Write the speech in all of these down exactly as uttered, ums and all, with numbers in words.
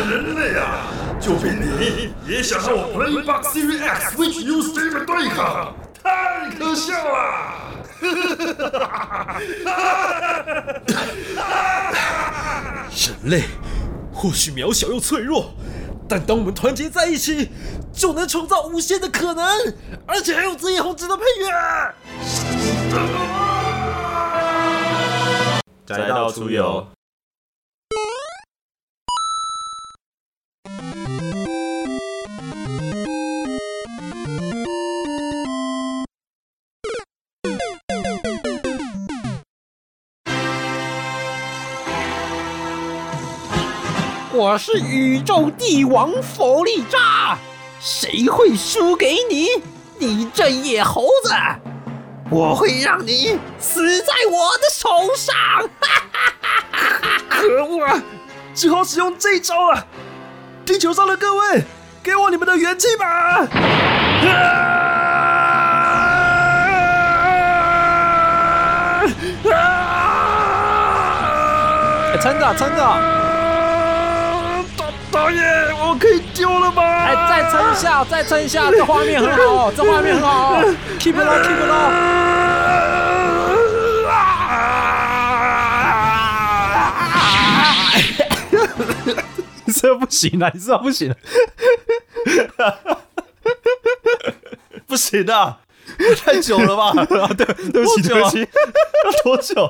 人类啊！就凭你也想和我 Playbox Series X Switch U Stream 对抗，太可笑了！ 人类或许渺小又脆弱，但当我们团结在一起，就能创造无限的可能，而且还有这一红值的配乐。 宅道出游。 我是宇宙帝王弗利扎，谁会输给你？你这野猴子！我会让你死在我的手上！ 可恶啊！只好使用这一招了。地球上的各位，给我你们的元气吧！啊啊欸、撑着，撑着！ 导演，我可以丢了吗？ 哎，再撑一下，再撑一下，这画面很好，这画面很好 ，keep it up，keep it up。这不行了，你知道不行了， 不行啊，太久了吧？ 对，对不起，对不起， 要多久？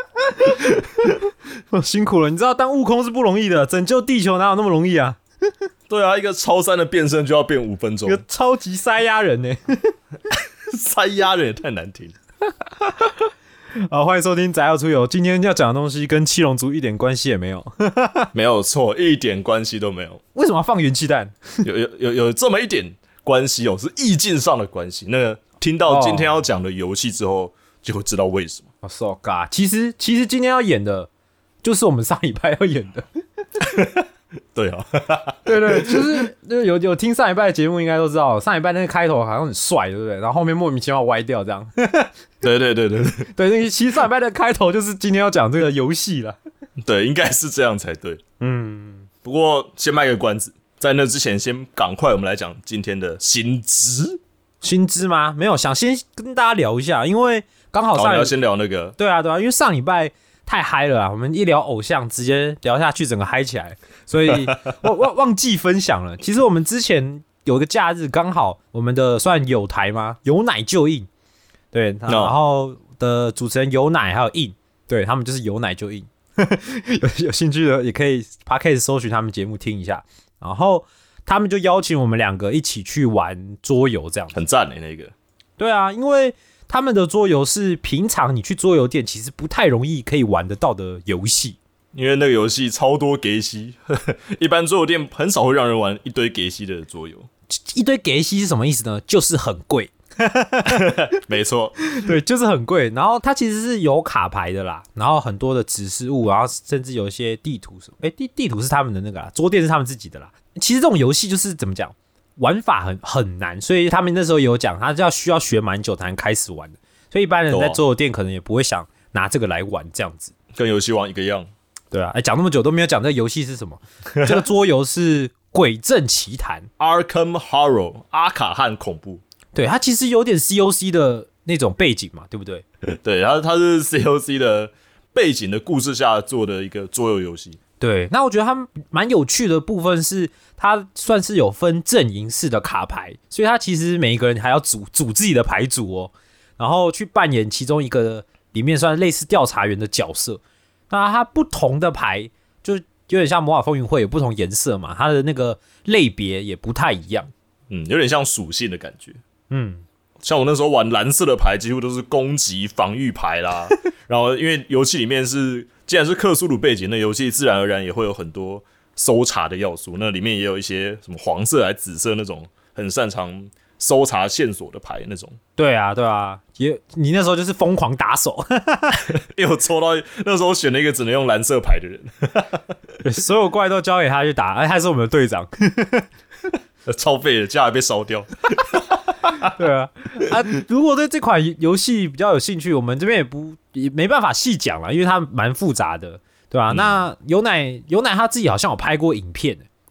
辛苦了，你知道当悟空是不容易的，拯救地球哪有那么容易啊？ 对啊，一个超三的变身就要变五分钟， 一个超级塞压人呢， 塞压人也太难听了。 好，欢迎收听宅要出游。今天要讲的东西跟七龙珠一点关系也没有， 没有错，一点关系都没有。 为什么要放元气弹？ 有有有有这么一点关系哦，是意境上的关系。那个听到今天要讲的游戏之后，就会知道为什么。 哦 ，so god， 其实其实今天要演的，就是我们上礼拜要演的。 对啊， 对对，就是有有听上礼拜的节目，应该都知道，上礼拜那个开头好像很帅，对不对？然后后面莫名其妙歪掉，这样。 对对对对对， 对，那其实上礼拜的开头就是今天要讲这个游戏了。 对，应该是这样才对。 嗯， 不过先卖个关子，在那之前，先赶快我们来讲今天的新知。 新知吗？没有，想先跟大家聊一下，因为刚好上礼拜、 哦、你要先聊那个。 对啊对啊，因为上礼拜太嗨了啊，我们一聊偶像，直接聊下去，整个嗨起来，所以我忘忘记分享了。其实我们之前有一个假日，刚好我们的算有台吗？有奶就印，对，然后的主持人有奶还有印，对他们就是有奶就印。有有兴趣的也可以 Podcast 搜寻他们节目听一下，然后他们就邀请我们两个一起去玩桌游，这样很赞诶那个。 对啊，因为他们的桌游是平常你去桌游店其实不太容易可以玩得到的游戏， 因为那个游戏超多给息，一般桌游店很少会让人玩一堆给息的桌游。 一堆给息是什么意思呢？就是很贵。 没错， 对，就是很贵。然后它其实是有卡牌的啦，然后很多的指示物，然后甚至有一些地图什么，哎，地地图是他们的那个啦，桌垫是他们自己的啦。其实这种游戏就是怎么讲？玩法很很难，所以他们那时候有讲，他就要需要学蛮久才能开始玩的。所以一般人在桌游店可能也不会想拿这个来玩，这样子。 跟游戏王一个样。 对啊，哎，讲那么久都没有讲这个游戏是什么。这个桌游是《鬼阵奇谭》 （Arkham Horror）， 阿卡汉恐怖。 对，它其实有点 C O C 的那种背景嘛，对不对？ 对，它它是 C O C 的背景的故事下做的一个桌游游戏。 对，那我觉得它蛮有趣的部分是，它算是有分阵营式的卡牌，所以它其实每一个人还要组组自己的牌组哦，然后去扮演其中一个里面算类似调查员的角色。那它不同的牌就有点像魔法风云会有不同颜色嘛，它的那个类别也不太一样， 嗯，有点像属性的感觉。 嗯， 像我那时候玩蓝色的牌，几乎都是攻击防御牌啦。然后因为游戏里面是既然是克苏鲁背景，那游戏自然而然也会有很多搜查的要素。那里面也有一些什么黄色还紫色那种很擅长搜查线索的牌那种。 对啊，对啊，也你那时候就是疯狂打手， 因为我抽到那时候选了一个只能用蓝色牌的人， 所有怪都交给他去打，哎，他是我们的队长， 超废的，家还被烧掉。 对啊，啊，如果对这款游戏比较有兴趣，我们这边也不也没办法细讲啦，因为它蛮复杂的，对吧、啊嗯？那有奶有奶他自己好像有拍过影片，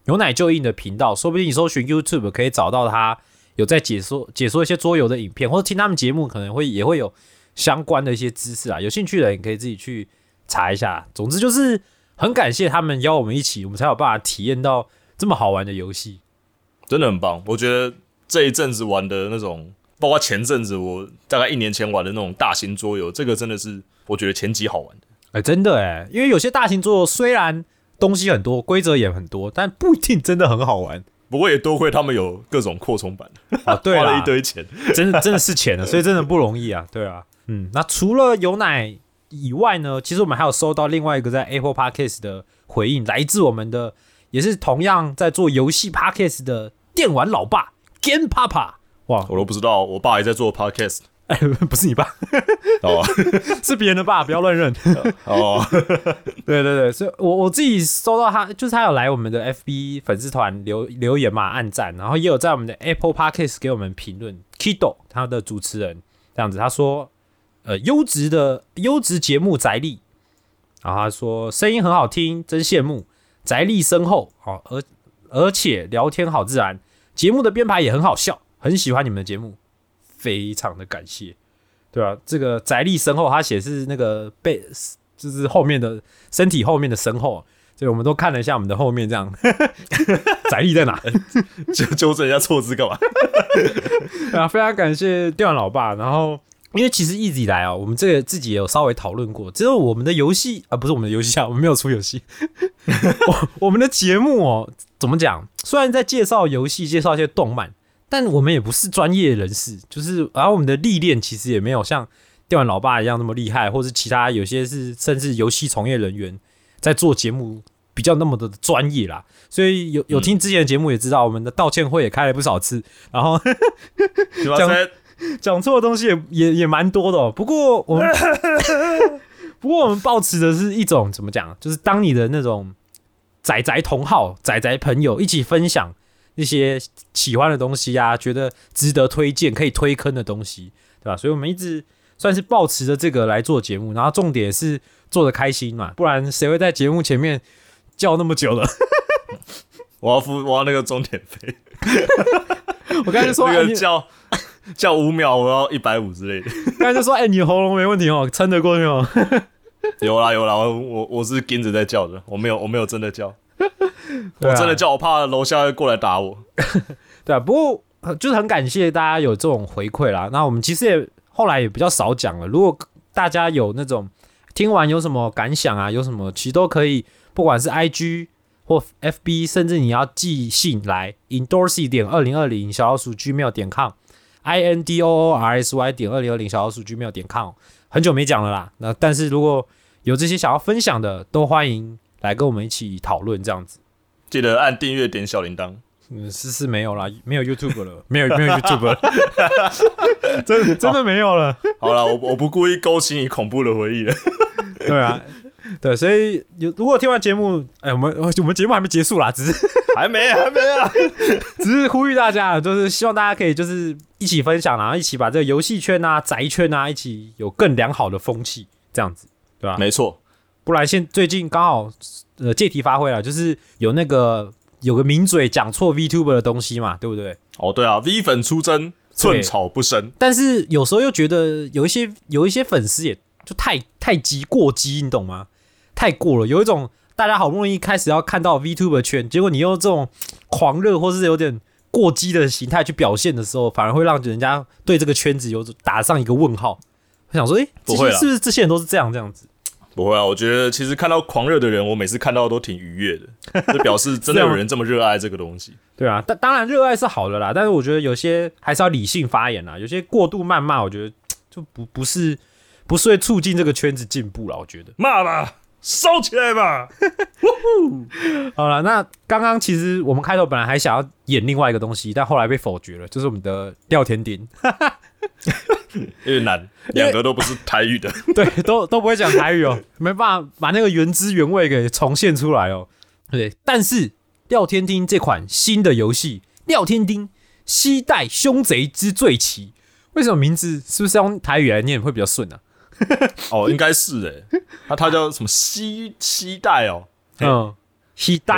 有奶就硬的频道，说不定你搜寻 YouTube 可以找到他有在解说解说一些桌游的影片，或者听他们节目可能会也会有相关的一些知识啊。有兴趣的人可以自己去查一下。总之就是很感谢他们邀我们一起，我们才有办法体验到这么好玩的游戏， 真的很棒。我觉得这一阵子玩的那种，包括前阵子我大概一年前玩的那种大型桌游，这个真的是我觉得前几好玩的。 哎、欸，真的哎，因为有些大型桌游虽然东西很多，规则也很多，但不一定真的很好玩。 不过也多亏他们有各种扩充版啊，对啦， 花了一堆钱， 真的真的是钱了，所以真的不容易啊，对啊，嗯，那除了有奶以外呢，其实我们还有收到另外一个在 Apple Podcast 的回应，来自我们的也是同样在做游戏 Podcast 的电玩老爸 Game Papa， 哇， 我都不知道我爸也在做 Podcast。 哎，不是你爸， 哦， 是别人的爸，不要乱认。 哦， 对对对，所以我我自己收到他，就是他有来我们的 F B 粉丝团留留言嘛，按赞，然后也有在我们的 Apple Podcast 给我们评论。Kido 他的主持人这样子，他说，呃，优质的优质节目宅力，然后他说声音很好听，真羡慕，宅力深厚，好、哦，而而且聊天好自然，节目的编排也很好笑，很喜欢你们的节目。非常的感谢，对吧、啊？这个宅力深厚，他写是那个背，就是后面的身体后面的身后，所以我们都看了一下我们的后面，这样宅力在哪？ 就纠正一下错字干嘛？ 对啊，非常感谢电玩老爸。然后，因为其实一直以来啊、哦，我们这个自己也有稍微讨论过，只有我们的游戏啊，不是我们的游戏啊，我们没有出游戏。我, 我们的节目哦，怎么讲？虽然在介绍游戏、介绍一些动漫。但我们也不是专业人士，就是然后我们的历练其实也没有像电玩老爸一样那么厉害，或是其他有些是甚至游戏从业人员在做节目比较那么的专业啦。所以有有听之前的节目也知道，我们的道歉会也开了不少次，然后讲讲错的东西也也也蛮多的、哦。不过我们不过我们抱持的是一种怎么讲，就是当你的那种宅宅同好、宅宅朋友一起分享。一些喜欢的东西啊，觉得值得推荐、可以推坑的东西，对吧？所以我们一直算是抱持着这个来做节目，然后重点是做得开心嘛，不然谁会在节目前面叫那么久了？ 我要付，我要那个钟点费。 我刚才就说， 那个叫叫五秒，我要一百五之类的。 刚才就说，哎、欸，你喉咙没问题哦，撑得过去哦。 有啦有啦，我我我是跟着在叫的，我没有我没有真的叫。 啊、 我真的叫，我怕楼下会过来打我。 对啊，不过就是很感谢大家有这种回馈啦。那我们其实也后来也比较少讲了。如果大家有那种听完有什么感想啊，有什么其实都可以，不管是 I G 或 F B， 甚至你要寄信来 indorsy 点二零二零小老鼠 gmail 点 com，i n d o o r s y 点二零二零小老鼠 gmail 点 com。很久没讲了啦。那但是如果有这些想要分享的，都欢迎来跟我们一起讨论，这样子。 记得按订阅，点小铃铛。 嗯，是是没有啦，没有 YouTube 了，没有没有 YouTube 了，真真的没有了。 好啦，我我不故意勾起你恐怖的回忆了。 对啊，对，所以有如果听完节目，哎、欸，我们我们节目还没结束啦，只是还没还没啊， 只是呼吁大家，就是希望大家可以就是一起分享，然后一起把这个游戏圈啊、宅圈啊，一起有更良好的风气，这样子，对吧？ 没错， 不然现最近刚好呃借题发挥了，就是有那个有个名嘴讲错 VTuber 的东西嘛，对不对？ 哦，对啊 ，V 粉出征，寸草不生。 但是有时候又觉得有一些有一些粉丝也就太太激过激，你懂吗？太过了，有一种大家好不容易开始要看到 VTuber 圈，结果你用这种狂热或是有点过激的形态去表现的时候，反而会让人家对这个圈子有打上一个问号。我想说，哎、欸， 不会啦， 是不是这些人都是这样这样子？ 不会啊，我觉得其实看到狂热的人，我每次看到都挺愉悦的，这表示真的有人这么热爱这个东西。 对啊，但当然热爱是好的啦，但是我觉得有些还是要理性发言啦，有些过度谩骂，我觉得就不不是不是会促进这个圈子进步啦，我觉得骂吧，烧起来吧！ 好了，那刚刚其实我们开头本来还想要演另外一个东西，但后来被否决了，就是我们的廖天丁。 有点难，两个都不是台语的， 对，都都不会讲台语哦，没办法把那个原汁原味给重现出来哦。对，但是廖天丁这款新的游戏《廖天丁西代凶贼之罪旗》，为什么名字是不是用台语来念会比较顺啊？ 哦，应该是诶，它它叫什么西西代哦， 嗯，西代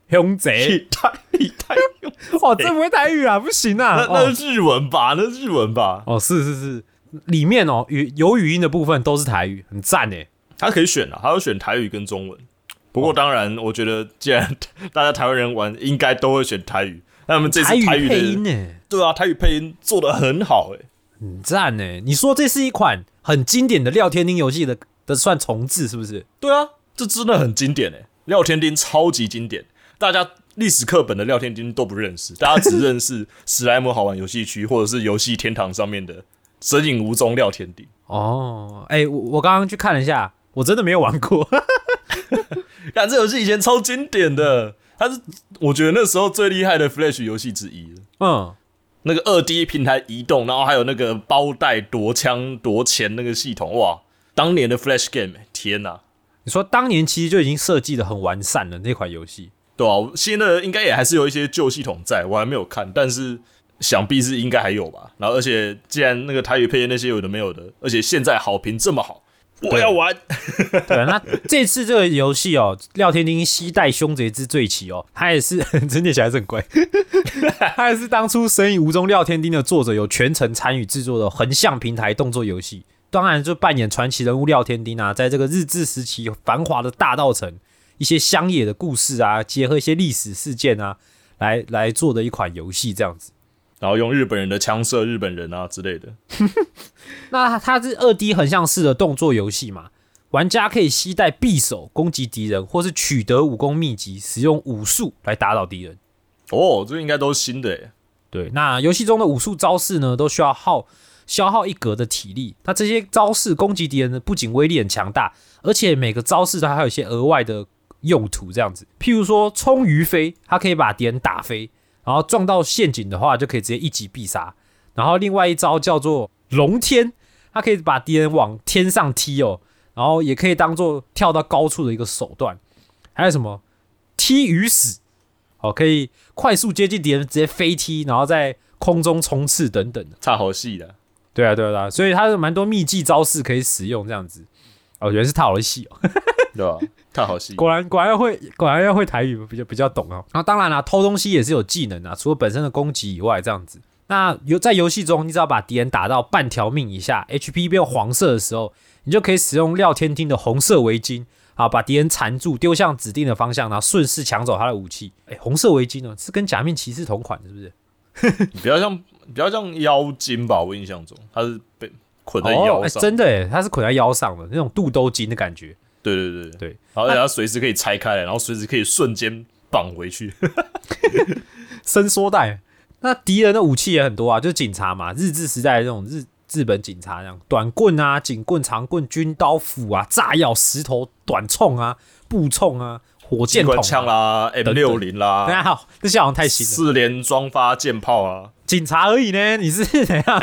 凶贼， 台语台语， 哇，这不会台语啊，不行啊！ 那那是日文吧？那是日文吧？ 哦，是是是，里面哦语有语音的部分都是台语，很赞哎。 他可以选啊，他要选台语跟中文。不过当然，我觉得既然大家台湾人玩，应该都会选台语。那我们这次台语的配音呢？ 对啊，台语配音做得很好哎， 很赞哎！你说这是一款很经典的廖天丁游戏的的算重置是不是？ 对啊，这真的很经典哎，廖天丁超级经典，大家历史课本的廖天丁都不认识，大家只认识史莱姆好玩游戏区或者是游戏天堂上面的神影无踪廖天丁。 哦，哎、欸，我我刚刚去看了一下，我真的没有玩过。 看这游戏以前超经典的，它是我觉得那时候最厉害的 Flash 游戏之一。嗯，那个二 D 平台移动，然后还有那个包带夺枪夺钱那个系统，哇！当年的 Flash Game， 天哪！ 你说当年其实就已经设计的很完善了那款游戏， 对啊，新的应该也还是有一些旧系统在，我还没有看，但是想必是应该还有吧。然后而且既然那个台语配音那些有的没有的，而且现在好评这么好。我要玩。 对，那这次这个游戏哦，廖天丁西带凶贼之罪旗哦，他也是真念起来是很怪，他也是当初《神隐无踪》廖天丁的作者有全程参与制作的横向平台动作游戏。当然就扮演传奇人物廖天丁啊，在这个日治时期繁华的大稻埕，一些乡野的故事啊，结合一些历史事件啊，来来做的一款游戏这样子。 然后用日本人的枪射日本人啊之类的。 那它是 二 D 横向式的动作游戏嘛，玩家可以携带匕首攻击敌人，或是取得武功秘籍，使用武术来打倒敌人。 哦，这应该都是新的耶。 对，那游戏中的武术招式呢，都需要耗消耗一格的体力。那这些招式攻击敌人呢，不仅威力很强大，而且每个招式它还有一些额外的用途，这样子。譬如说冲鱼飞，它可以把敌人打飞。然后撞到陷阱的话，就可以直接一击必杀。然后另外一招叫做龙天，它可以把敌人往天上踢哦，然后也可以当做跳到高处的一个手段。还有什么踢鱼死，哦，可以快速接近敌人，直接飞踢，然后在空中冲刺等等的。 差好细的。 对啊，对啊，对啊，所以它有蛮多秘技招式可以使用，这样子。哦，原来是太好的戏哦。 对吧？太好戏， 果然果然要会，果然要会台语，比较比较懂哦。然后当然啦，偷东西也是有技能啊，除了本身的攻击以外，这样子。那有在游戏中，你只要把敌人打到半条命以下 ，H P 变黄色的时候，你就可以使用廖天丁的红色围巾啊，把敌人缠住，丢向指定的方向，然后顺势抢走他的武器。哎，红色围巾呢，是跟假面骑士同款的，是不是？ 比较像比较像妖巾吧，我印象中它是被捆在腰上， 哦、真的哎，它是捆在腰上的那种肚兜巾的感觉。 对对对对， 然后它随时可以拆开来，然后随时可以瞬间绑回去， 伸缩带。那敌人的武器也很多啊，就是警察嘛，日治时代的那种日日本警察这样，短棍啊、警棍、长棍、军刀、斧啊、炸药、石头、短铳啊、步铳啊、火箭筒、啊、 枪啦、M 六十 啦， 等一下好，这些好像太新了。 四连装发舰炮啊， 警察而已呢，你是怎样？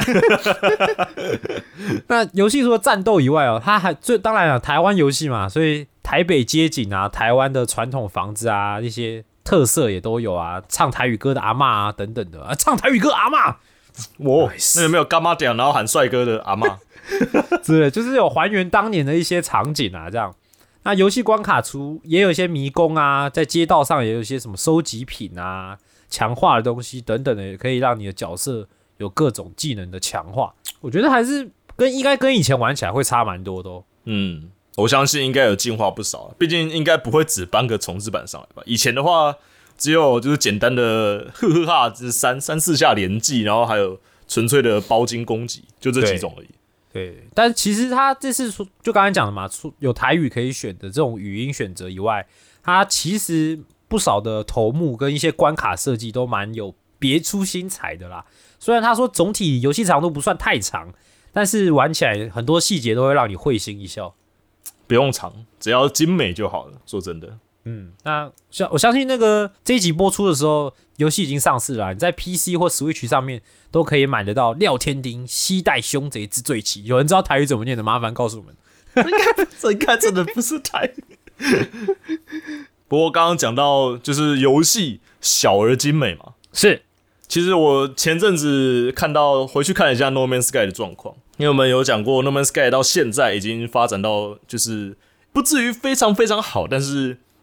那游戏除了战斗以外哦，它还最当然了，台湾游戏嘛，所以台北街景啊、台湾的传统房子啊，一些特色也都有啊，唱台语歌的阿嬷啊等等的啊，唱台语歌阿嬷， 我、nice. 那有没有干妈点然后喊帅哥的阿嬷？ 对，就是有还原当年的一些场景啊，这样。那游戏关卡除也有一些迷宫啊，在街道上也有一些什么收集品啊、强化的东西等等的，也可以让你的角色有各种技能的强化。我觉得还是跟应该跟以前玩起来会差蛮多的哦。 嗯，我相信应该有进化不少，毕竟应该不会只搬个重置版上来吧。以前的话，只有就是简单的呵呵哈，就是三三四下连击，然后还有纯粹的包金攻击，就这几种而已。 对，但其实它这次就刚才讲的嘛，有台语可以选的这种语音选择以外，它其实不少的头目跟一些关卡设计都蛮有别出心裁的啦。虽然他说总体游戏长度不算太长，但是玩起来很多细节都会让你会心一笑。 不用长，只要精美就好了。说真的， 嗯，那我相信那个这一集播出的时候，游戏已经上市了啦，你在 P C 或 Switch 上面都可以买得到廖天丁西带凶贼之罪旗。有人知道台语怎么念的？麻烦告诉我们。 这应该真的不是台语。不过刚刚讲到就是游戏小而精美嘛， 是。 其实我前阵子看到回去看了一下 No Man's Sky 的状况，因为我们有讲过 No Man's Sky 到现在已经发展到就是不至于非常非常好，但是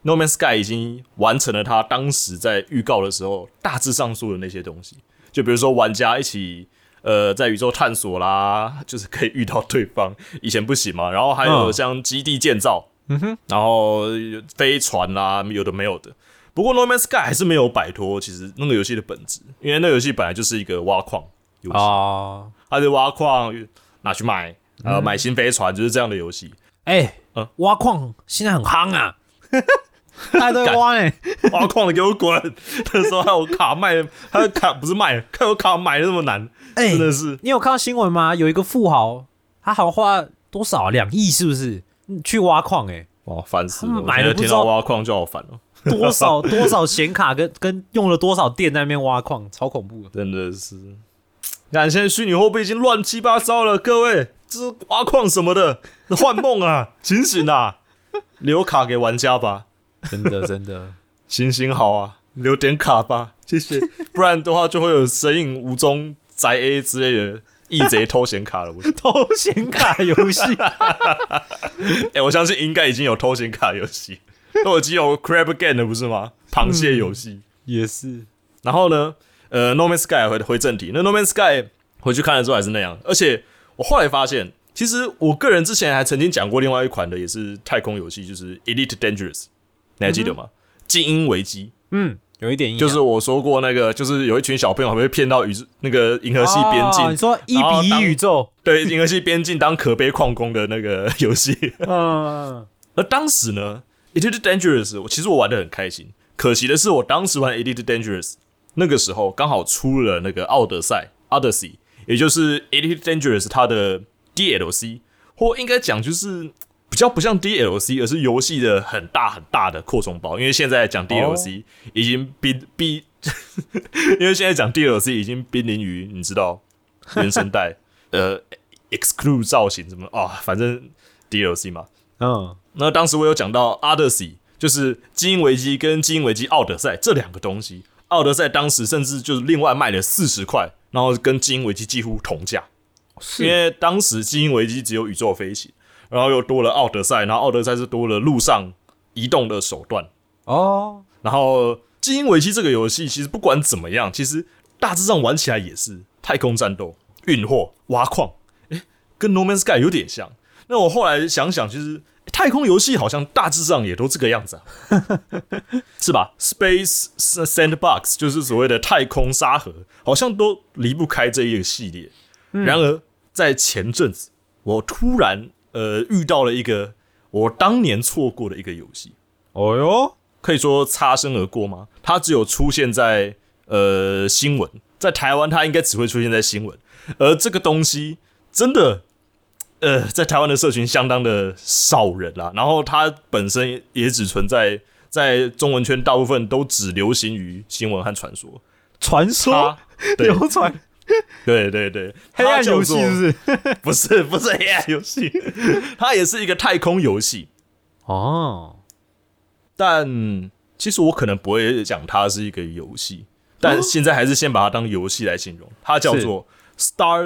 No Man's Sky 已经完成了他当时在预告的时候大致上说的那些东西，就比如说玩家一起呃在宇宙探索啦，就是可以遇到对方，以前不行嘛。然后还有像基地建造，嗯哼，然后飞船啦，有的没有的。不过 No Man's Sky 还是没有摆脱其实那个游戏的本质，因为那个游戏本来就是一个挖矿游戏，哦，它是挖矿拿去卖，然后买新飞船，就是这样的游戏。 哎、欸嗯，挖矿现在很夯啊。他在挖呢、欸， 挖矿的给我滚！那时候还有卡卖，还有卡不是卖，看有卡买的那么难，欸、真的是。 你有看到新闻吗？有一个富豪，他好像花多少两亿，是不是？去挖矿哎、欸， 哇，烦死了！ 买了不知道挖矿就好烦哦。 多少多少显卡跟跟用了多少电在那边挖矿，超恐怖的， 真的是。看现在虚拟货币已经乱七八糟了，各位，这是挖矿什么的，幻梦啊，醒醒啊！留卡给玩家吧。 真的真的， 行行好啊，留点卡吧，谢谢。不然的话就会有神隐无踪、宅 A 之类的义贼偷显卡了。 偷显卡游戏， 哎、欸，我相信应该已经有偷显卡游戏，都已经有 Crab Game 了，不是吗？螃蟹游戏、嗯、 也是。 然后呢，呃 ，No Man's Sky 回回正题，那 No Man's Sky 回去看了之后还是那样，而且我后来发现，其实我个人之前还曾经讲过另外一款的，也是太空游戏，就是 Elite Dangerous。你还记得吗？精英危机， 嗯，有一点印象。就是我说过那个，就是有一群小朋友会被骗到宇宙那个银河系边境、 哦。你说一比一宇宙？ 对，银河系边境当可悲矿工的那个游戏。嗯。而当时呢 ，Elite Dangerous， 其实我玩得很开心。可惜的是，我当时玩 Elite Dangerous 那个时候刚好出了那个奥德赛 （Odyssey）， 也就是 Elite Dangerous 它的 D L C， 或应该讲就是。比较不像 D L C， 而是游戏的很大很大的扩充包。因为现在讲 D L C 已经濒濒，因为现在讲 D L C 已经濒临于你知道原生代呃 exclude 造型什么啊、哦，反正 D L C 嘛。嗯，那当时我有讲到 Odyssey， 就是基因危机跟基因危机奥德赛这两个东西。奥德赛当时甚至就是另外卖了四十块，然后跟基因危机几乎同价，因为当时基因危机只有宇宙飞行。然后又多了奥德赛，然后奥德赛是多了陆上移动的手段哦。然后《基因危机》这个游戏其实不管怎么样，其实大致上玩起来也是太空战斗、运货、挖矿，诶，跟 No Man's Sky 有点像。那我后来想想，其实太空游戏好像大致上也都这个样子啊，是吧 ？Space Sandbox 就是所谓的太空沙盒，好像都离不开这一个系列。嗯、然而在前阵子，我突然。呃，遇到了一个我当年错过的一个游戏，哦哟，可以说擦身而过吗？它只有出现在呃新闻，在台湾它应该只会出现在新闻，而这个东西真的，呃，在台湾的社群相当的少人啦，然后它本身也只存在在中文圈，大部分都只流行于新闻和传说， 传说流传。 对对对， 黑暗游戏是不是？ 不是不是黑暗游戏，它也是一个太空游戏哦。但其实我可能不会讲它是一个游戏，但现在还是先把它当游戏来形容。它叫做 Star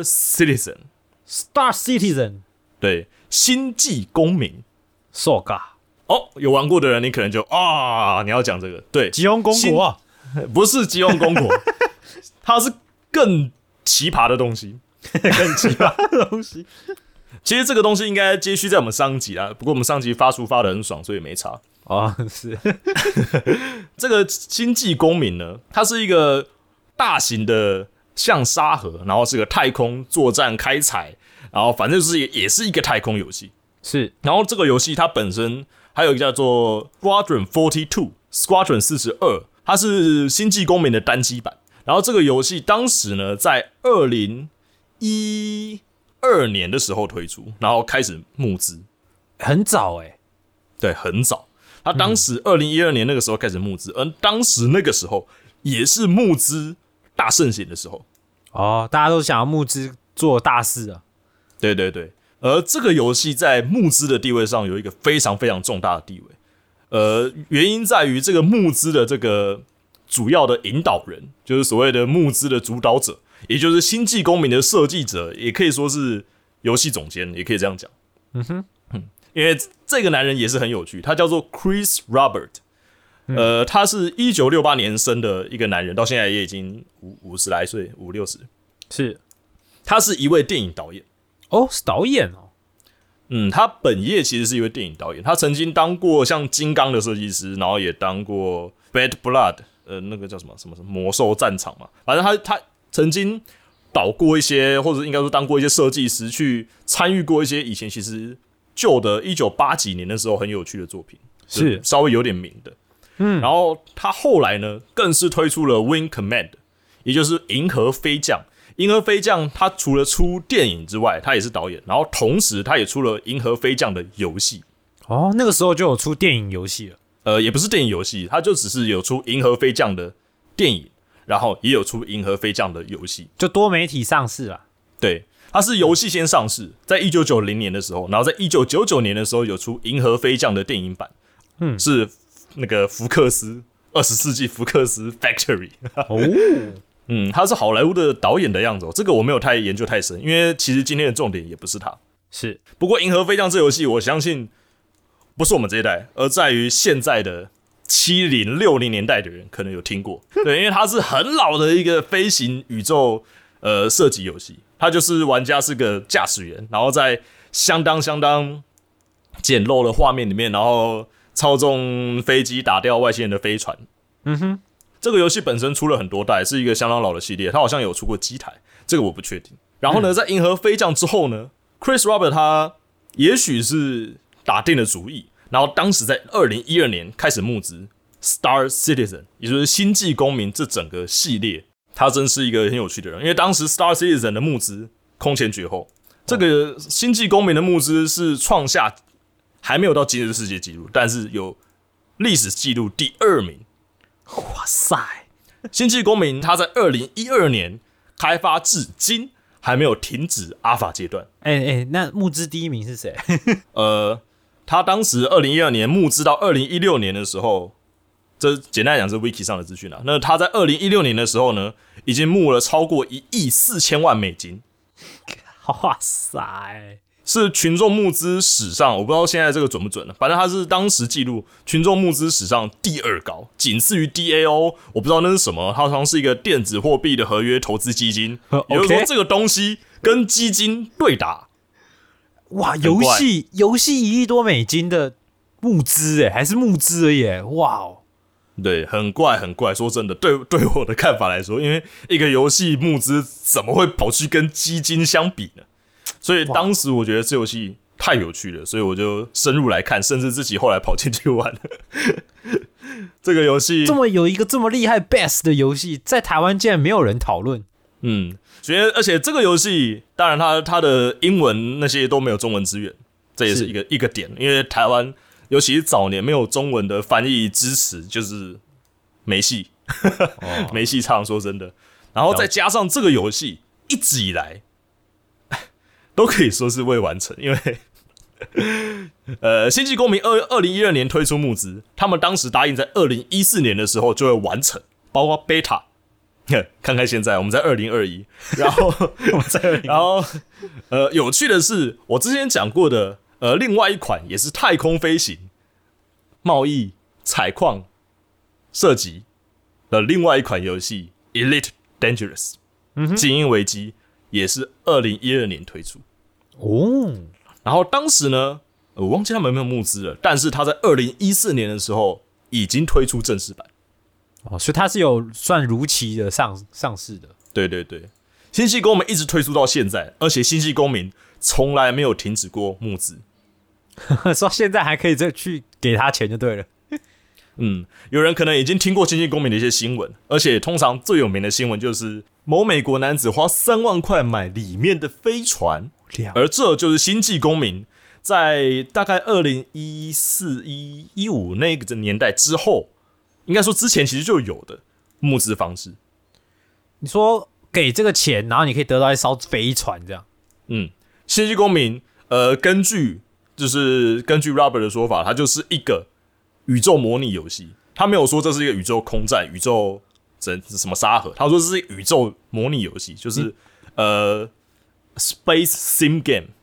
Citizen。Star Citizen， 对，星际公民。 So ga 哦，有玩过的人，你可能就啊，你要讲这个，对， 吉翁公国啊， 不是吉翁公国，它是更。奇葩的东西， 更奇葩的东西。 其实这个东西应该接续在我们上集啦，不过我们上集发书发的很爽，所以没差。 哦，是这个星际公民呢，它是一个大型的像沙盒，然后是个太空作战开采，然后反正就是也是一个太空游戏。 是， 然后这个游戏它本身还有一个叫做 Squadron forty-two，Squadron 四十二，它是星际公民的单机版。然后这个游戏当时呢，在二零一二年的时候推出，然后开始募资， 很早哎、欸， 对，很早。他当时二零一二年那个时候开始募资，而当时那个时候也是募资大盛行的时候。 哦，大家都想要募资做大事啊。 对对对，而这个游戏在募资的地位上有一个非常非常重大的地位。呃，原因在于这个募资的这个。主要的引导人就是所谓的募资的主导者，也就是星际公民的设计者，也可以说是游戏总监，也可以这样讲。嗯哼，因为这个男人也是很有趣，他叫做 Chris Robert， 呃，他是一九六八年生的一个男人，到现在也已经五五十来岁，五六十。 是， 他是一位电影导演。 哦，是导演哦。 嗯，他本业其实是一位电影导演，他曾经当过像金刚的设计师，然后也当过 Bad Blood， 呃，那个叫什么什么魔兽战场嘛，反正他他曾经导过一些，或者应该说当过一些设计师，去参与过一些以前其实旧的一九八几年的时候很有趣的作品， 是稍微有点名的。嗯，然后他后来呢，更是推出了 Wing Command， 也就是银河飞将。银河飞将他除了出电影之外，他也是导演，然后同时他也出了银河飞将的游戏。 哦，那个时候就有出电影游戏了。 呃，也不是电影游戏，他就只是有出银河飞将的电影，然后也有出银河飞将的游戏， 就多媒体上市啦。 对，它是游戏先上市，在一九九零年的时候，然后在一九九九年的时候有出银河飞将的电影版，嗯，是那个福克斯二十世纪福克斯 Factory。 哦。 嗯，他是好莱坞的导演的样子、哦，这个我没有太研究太深，因为其实今天的重点也不是他。 是， 不过《银河飞将》这游戏，我相信不是我们这一代，而在于现在的七零六零年代的人可能有听过。对，因为它是很老的一个飞行宇宙呃射击游戏，它就是玩家是个驾驶员，然后在相当相当简陋的画面里面，然后操纵飞机打掉外星人的飞船。 嗯哼。 这个游戏本身出了很多代，是一个相当老的系列，它好像有出过机台，这个我不确定。然后呢，在银河飞将之后呢 ，Chris Roberts 他也许是打定了主意，然后当时在二零一二年开始募资 Star Citizen， 也就是星际公民这整个系列，他真是一个很有趣的人，因为当时 Star Citizen 的募资空前绝后，这个星际公民的募资是创下还没有到吉尼斯世界纪录，但是有历史纪录第二名。 哇塞！ 星际公民它在二零一二年开发至今还没有停止阿法阶段。 哎、欸、哎、欸，那募资第一名是谁？ 呃，他当时二零一二年募资到二零一六年的时候，这简单来讲是 Wiki 上的资讯啦。那他在二零一六年的时候呢，已经募了超过一亿四千万美金。 哇塞！ 是群众募资史上，我不知道现在这个准不准了，反正它是当时记录群众募资史上第二高，仅次于 D A O。我不知道那是什么，它好像是一个电子货币的合约投资基金，也就是说这个东西跟基金对打。 哇，游戏游戏一亿多美金的募资，哎，还是募资而已，哇哦！ 对，很怪很怪。说真的，对对我的看法来说，因为一个游戏募资怎么会跑去跟基金相比呢？所以当时我觉得这游戏太有趣了，所以我就深入来看，甚至自己后来跑进去玩了。这个游戏这么有一个这么厉害 best 的游戏，在台湾竟然没有人讨论。 嗯，觉得而且这个游戏，当然它它的英文那些都没有中文支援，这也是一个一个点，因为台湾尤其是早年没有中文的翻译支持，就是没戏，哦、没戏唱。说真的，然后再加上这个游戏一直以来。都可以说是未完成，因为呃，星际公民二二零一二年推出募资，他们当时答应在二零一四年的时候就会完成，包括 beta。看看现在，我们在二零二一，然后我们在然后呃，有趣的是，我之前讲过的呃，另外一款也是太空飞行、贸易、采矿、射击的另外一款游戏 Elite Dangerous， 嗯，精英危机。也是二零一二年推出哦， 然后当时呢，我忘记他们有没有募资了，但是他在二零一四年的时候已经推出正式版哦，所以它是有算如期的上上市的。 对对对，星际公民一直推出到现在，而且星际公民从来没有停止过募资， 说现在还可以再去给他钱就对了。 嗯，有人可能已经听过星际公民的一些新闻，而且通常最有名的新闻就是某美国男子花三万块买里面的飞船，而这就是星际公民在大概二零一四、一五那个年代之后，应该说之前其实就有的募资方式。 你说给这个钱，然后你可以得到一艘飞船，这样？ 嗯，星际公民，呃，根据就是根据 Robert 的说法，它就是一个宇宙模拟游戏，他没有说这是一个宇宙空战、宇宙什么沙盒，他说这是宇宙模拟游戏，就是、嗯、呃 Space Sim Game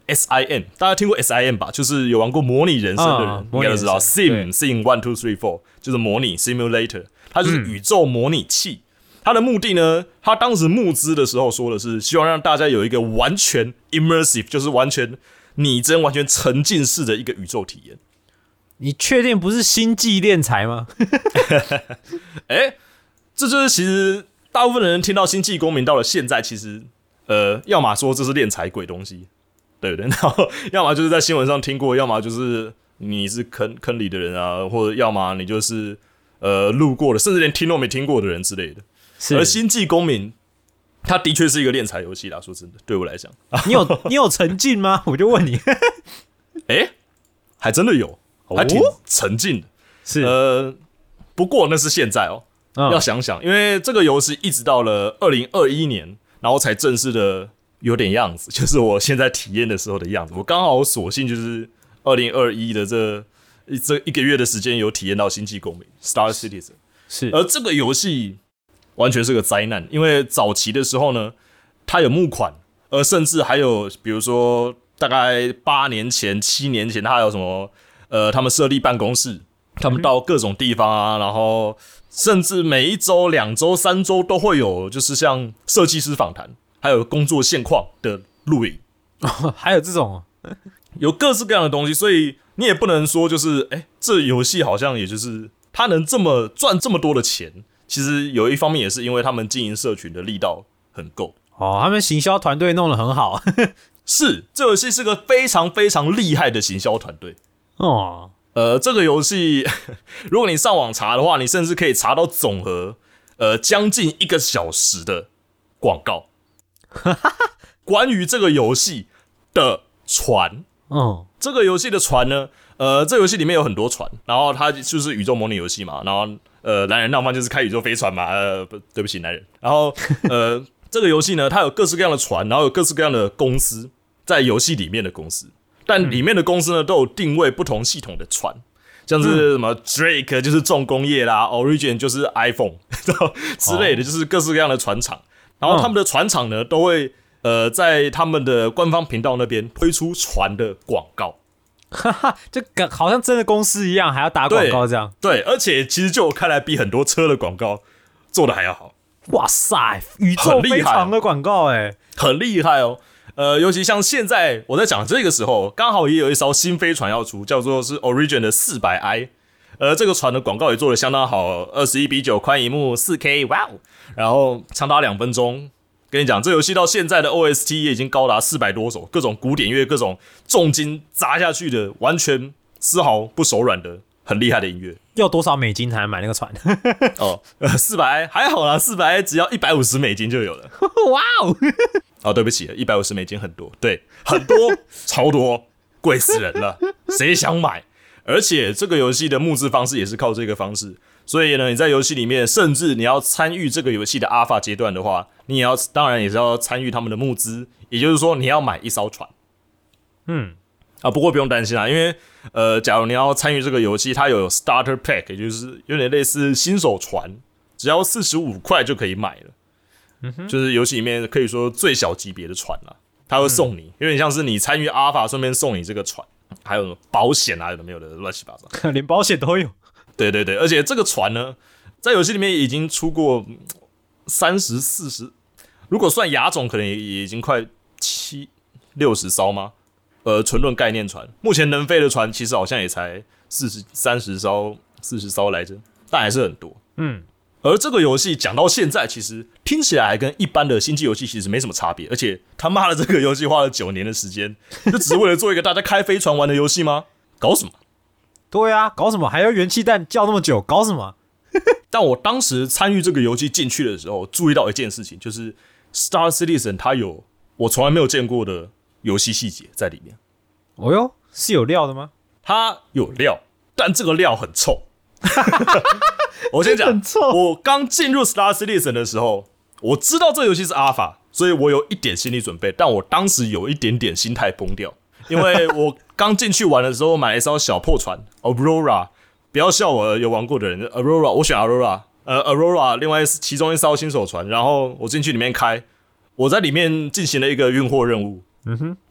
S I M， 大家听过 S I M 吧？就是有玩过模拟人生的人， 啊、 应该都知道 Sim Sim One Two Three Four 就是模拟 Simulator， 它就是宇宙模拟器。嗯、它的目的呢，它当时募资的时候说的是，希望让大家有一个完全 immersive， 就是完全拟真、完全沉浸式的一个宇宙体验。 你确定不是星际敛财吗？ 哎、欸，这就是其实大部分的人听到星际公民到了现在，其实呃，要么说这是敛财鬼东西。对不对？然后要么就是在新闻上听过，要么就是你是坑坑里的人啊，或者要么你就是呃路过的，甚至连听都没听过的人之类的。而星际公民，它的确是一个敛财游戏啦。说真的，对我来讲， 你有你有沉浸吗？我就问你， 哎、欸，还真的有，还挺沉浸的。 是呃，不过那是现在哦，嗯、要想想，因为这个游戏一直到了二零二一年，然后才正式的。有点样子，就是我现在体验的时候的样子。我刚好索性就是二零二一的这这一个月的时间有体验到星际公民 Star Citizen， 是。 而这个游戏完全是个灾难，因为早期的时候呢，它有募款，而甚至还有比如说大概八年前、七年前，它还有什么呃，他们设立办公室，他们到各种地方啊，然后甚至每一周、两周、三周都会有，就是像设计师访谈。还有工作现况的录影、 哦，还有这种、哦， 有各式各样的东西，所以你也不能说就是，哎、欸，这游戏好像也就是它能这么赚这么多的钱，其实有一方面也是因为他们经营社群的力道很够。 哦，他们行销团队弄得很好， 是，这游戏是个非常非常厉害的行销团队。 哦， 呃，这个游戏如果你上网查的话，你甚至可以查到总和，呃，将近一个小时的广告。关于这个游戏的船， 嗯， 这个游戏的船呢，呃，这游戏里面有很多船，然后它就是宇宙模拟游戏嘛，然后呃，男人浪漫就是开宇宙飞船嘛，呃，不，对不起，男人。然后呃，这个游戏呢，它有各式各样的船，然后有各式各样的公司在游戏里面的公司，但里面的公司呢都有定位不同系统的船，像是什么 Drake 就是重工业啦 ，Origin 就是 iPhone 之类的，就是各式各样的船厂。然后他们的船厂呢，都会呃在他们的官方频道那边推出船的广告， 哈哈，就好像真的公司一样，还要打广告这样。 对，对而且其实就我看来，比很多车的广告做的还要好。 哇塞，宇宙飞船的广告哎， 很厉害哦。呃，尤其像现在我在讲这个时候，刚好也有一艘新飞船要出，叫做是 Origin 的四百 I。呃，这个船的广告也做得相当好，二十一比九宽萤幕 四 K， 哇哦！然后长达两分钟。跟你讲，这游戏到现在的 O S T 也已经高达四百多首，各种古典乐，各种重金砸下去的，完全丝毫不手软的，很厉害的音乐。 要多少美金才能买那个船？ 哦，呃，四百还好啦，四百只要一百五十美金就有了。 哇哦！ 哦，对不起，一百五十美金很多，对，很多，超多，贵死人了，谁想买？而且这个游戏的募资方式也是靠这个方式，所以呢，你在游戏里面，甚至你要参与这个游戏的 Alpha 阶段的话，你也要当然也是要参与他们的募资，也就是说你要买一艘船。 嗯， 啊，不过不用担心啦，因为呃，假如你要参与这个游戏，它有 Starter Pack， 也就是有点类似新手船，只要四十五块就可以买了。嗯哼，就是游戏里面可以说最小级别的船啦，它会送你，有点像是你参与 Alpha 顺便送你这个船。还有保险啊，有的没有的，乱七八糟， 连保险都有。 对对对，而且这个船呢，在游戏里面已经出过三十四十，如果算亚种，可能也已经快七六十艘吗？呃，纯论概念船，目前能飞的船其实好像也才四十三十艘、四十艘来着，但还是很多。 嗯。 而这个游戏讲到现在，其实听起来还跟一般的星际游戏其实没什么差别，而且他妈的这个游戏花了九年的时间，就只是为了做一个大家开飞船玩的游戏吗？搞什么？ 对啊，搞什么？还要元气弹叫那么久，搞什么？ 但我当时参与这个游戏进去的时候，注意到一件事情，就是 Star Citizen 它有我从来没有见过的游戏细节在里面。 哦哟，是有料的吗？ 它有料，但这个料很臭。我先讲，我刚进入 Star Citizen 的时候，我知道这个游戏是 Alpha， 所以我有一点心理准备，但我当时有一点点心态崩掉，因为我刚进去玩的时候买了一艘小破船 Aurora， 不要笑我有玩过的人 Aurora， 我选 Aurora， 呃 Aurora 另外其中一艘新手船，然后我进去里面开，我在里面进行了一个运货任务， 嗯哼，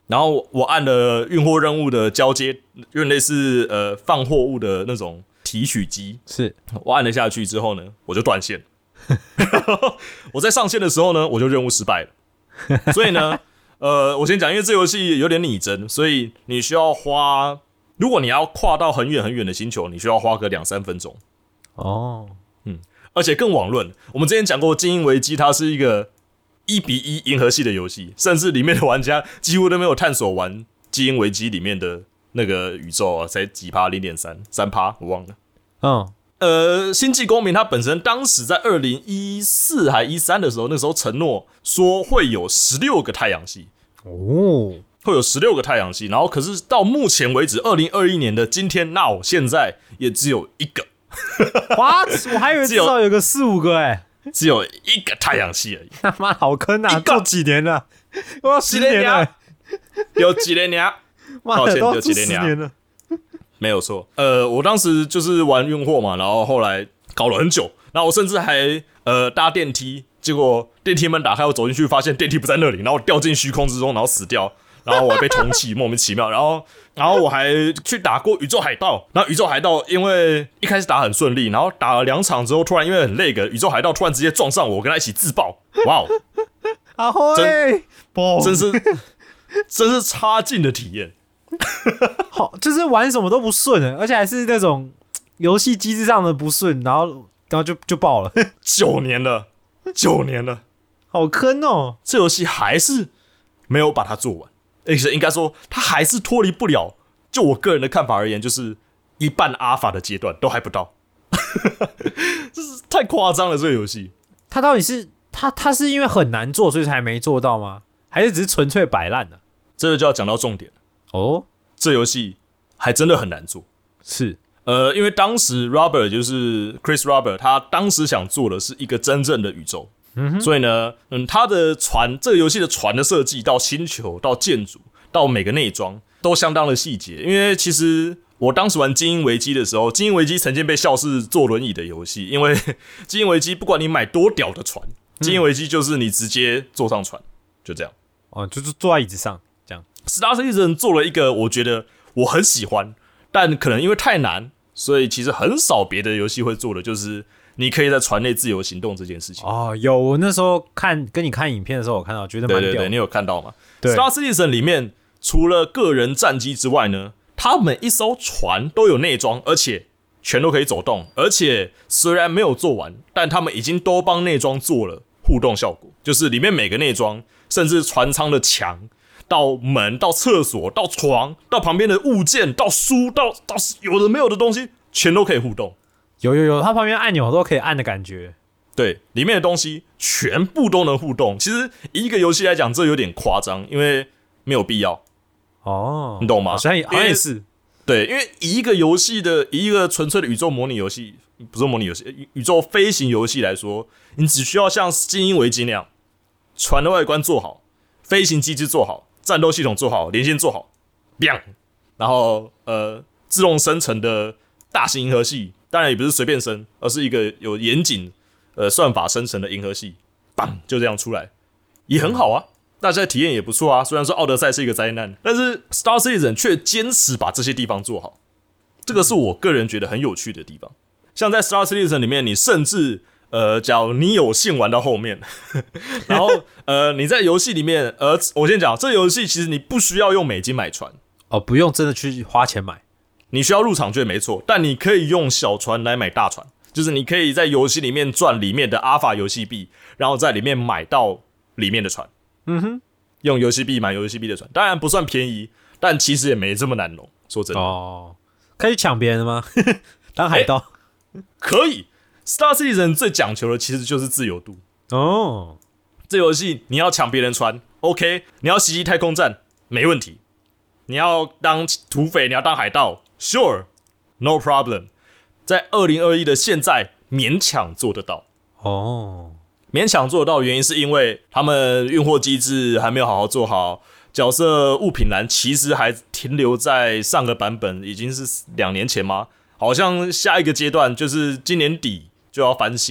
然后我按了运货任务的交接，有点类似呃放货物的那种提取机， 是我按了下去之后呢，我就断线。我在上线的时候呢，我就任务失败了。所以呢，呃，我先讲，因为这游戏有点拟真，所以你需要花，如果你要跨到很远很远的星球，你需要花个两三分钟。 哦， 嗯，而且更网论，我们之前讲过，《精英危机》它是一个一比一银河系的游戏，甚至里面的玩家几乎都没有探索完《精英危机》里面的那个宇宙啊，才几趴，零点三三趴，我忘了。 嗯。 呃，星际公民它本身当时在二零一四还一三的时候，那时候承诺说会有十六个太阳系哦， 会有十六个太阳系，然后可是到目前为止，二零二一年的今天，now 现在也只有一个。 哇，我还以为至少有个四五个哎、 欸，只有一个太阳系而已。 他妈好坑啊！做几年了？我要十年了， 有几年呀？抱歉，有几年了。没有错，呃，我当时就是玩运货嘛，然后后来搞了很久，然后我甚至还呃搭电梯，结果电梯门打开，我走进去发现电梯不在那里，然后我掉进虚空之中，然后死掉，然后我还被通缉，莫名其妙，然后然后我还去打过宇宙海盗，然后宇宙海盗因为一开始打很顺利，然后打了两场之后，突然因为很累个，宇宙海盗突然直接撞上我，我跟他一起自爆，哇哦， 啊会， 真是真是差劲的体验。 好，就是玩什么都不顺，而且还是那种游戏机制上的不顺，然后然后就就爆了。 九年了，九年了， 好坑哦！ 这游戏还是没有把它做完，而且应该说它还是脱离不了。就我个人的看法而言，就是一半阿法的阶段都还不到，这是太夸张了。这个游戏， 它到底是它它是因为很难做，所以才没做到吗？还是只是纯粹摆烂呢？ 这个就要讲到重点了。 哦， 这游戏还真的很难做， 是呃，因为当时 Robert 就是 Chris Robert， 他当时想做的是一个真正的宇宙，嗯，所以呢，嗯，他的船这个游戏的船的设计到星球到建筑到每个内装都相当的细节，因为其实我当时玩《精英危机》的时候，《精英危机》曾经被笑是坐轮椅的游戏，因为《精英危机》不管你买多屌的船，《精英危机》就是你直接坐上船，就这样， 哦，就是坐在椅子上。 Star Citizen 做了一个我觉得我很喜欢，但可能因为太难，所以其实很少别的游戏会做的，就是你可以在船内自由行动这件事情。 哦，有，我那时候看跟你看影片的时候，我看到觉得蛮屌的。 对对对，你有看到吗？ 对 ，Star Citizen 里面除了个人战机之外呢，它每一艘船都有内装，而且全都可以走动，而且虽然没有做完，但他们已经都帮内装做了互动效果，就是里面每个内装，甚至船舱的墙。到门，到厕所，到床，到旁边的物件，到书，到到有的没有的东西，全都可以互动。 有有有，它旁边按钮都可以按的感觉。 对，里面的东西全部都能互动。其实以一个游戏来讲，这有点夸张，因为没有必要。 哦， 你懂吗？ 好像好像也是。 对，因为以一个游戏的，以一个纯粹的宇宙模拟游戏，不是模拟游戏，宇宙飞行游戏来说，你只需要像《精英危机》那样，船的外观做好，飞行机制做好。战斗系统做好，连线做好，然后呃，自动生成的大型银河系，当然也不是随便生，而是一个有严谨呃算法生成的银河系，棒就这样出来，也很好啊，大家的体验也不错啊。虽然说奥德赛是一个灾难，但是 Star Citizen 却坚持把这些地方做好，这个是我个人觉得很有趣的地方。像在 Star Citizen 里面，你甚至呃，假如你有幸玩到后面，然后呃，你在游戏里面，呃，我先讲，这游戏其实你不需要用美金买船哦，不用真的去花钱买， 你需要入场券没错，但你可以用小船来买大船，就是你可以在游戏里面赚里面的阿法游戏币，然后在里面买到里面的船， 嗯哼， 用游戏币买游戏币的船，当然不算便宜，但其实也没这么难弄，说真的。 哦，可以抢别人的吗？当海盗、 欸、可以。Star Citizen 最讲求的其实就是自由度哦。 这游戏你要抢别人船 ，OK； 你要袭击太空站，没问题；你要当土匪，你要当海盗 ，Sure，No problem。在二零二一的现在，勉强做得到哦。 勉强做得到的原因是因为他们运货机制还没有好好做好，角色物品栏其实还停留在上个版本，已经是两年前吗？好像下一个阶段就是今年底就要翻新，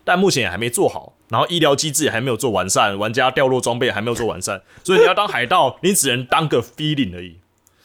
但目前也还没做好，然后医疗机制也还没有做完善，玩家掉落装备也还没有做完善，所以你要当海盗，你只能当个 feeling 而已。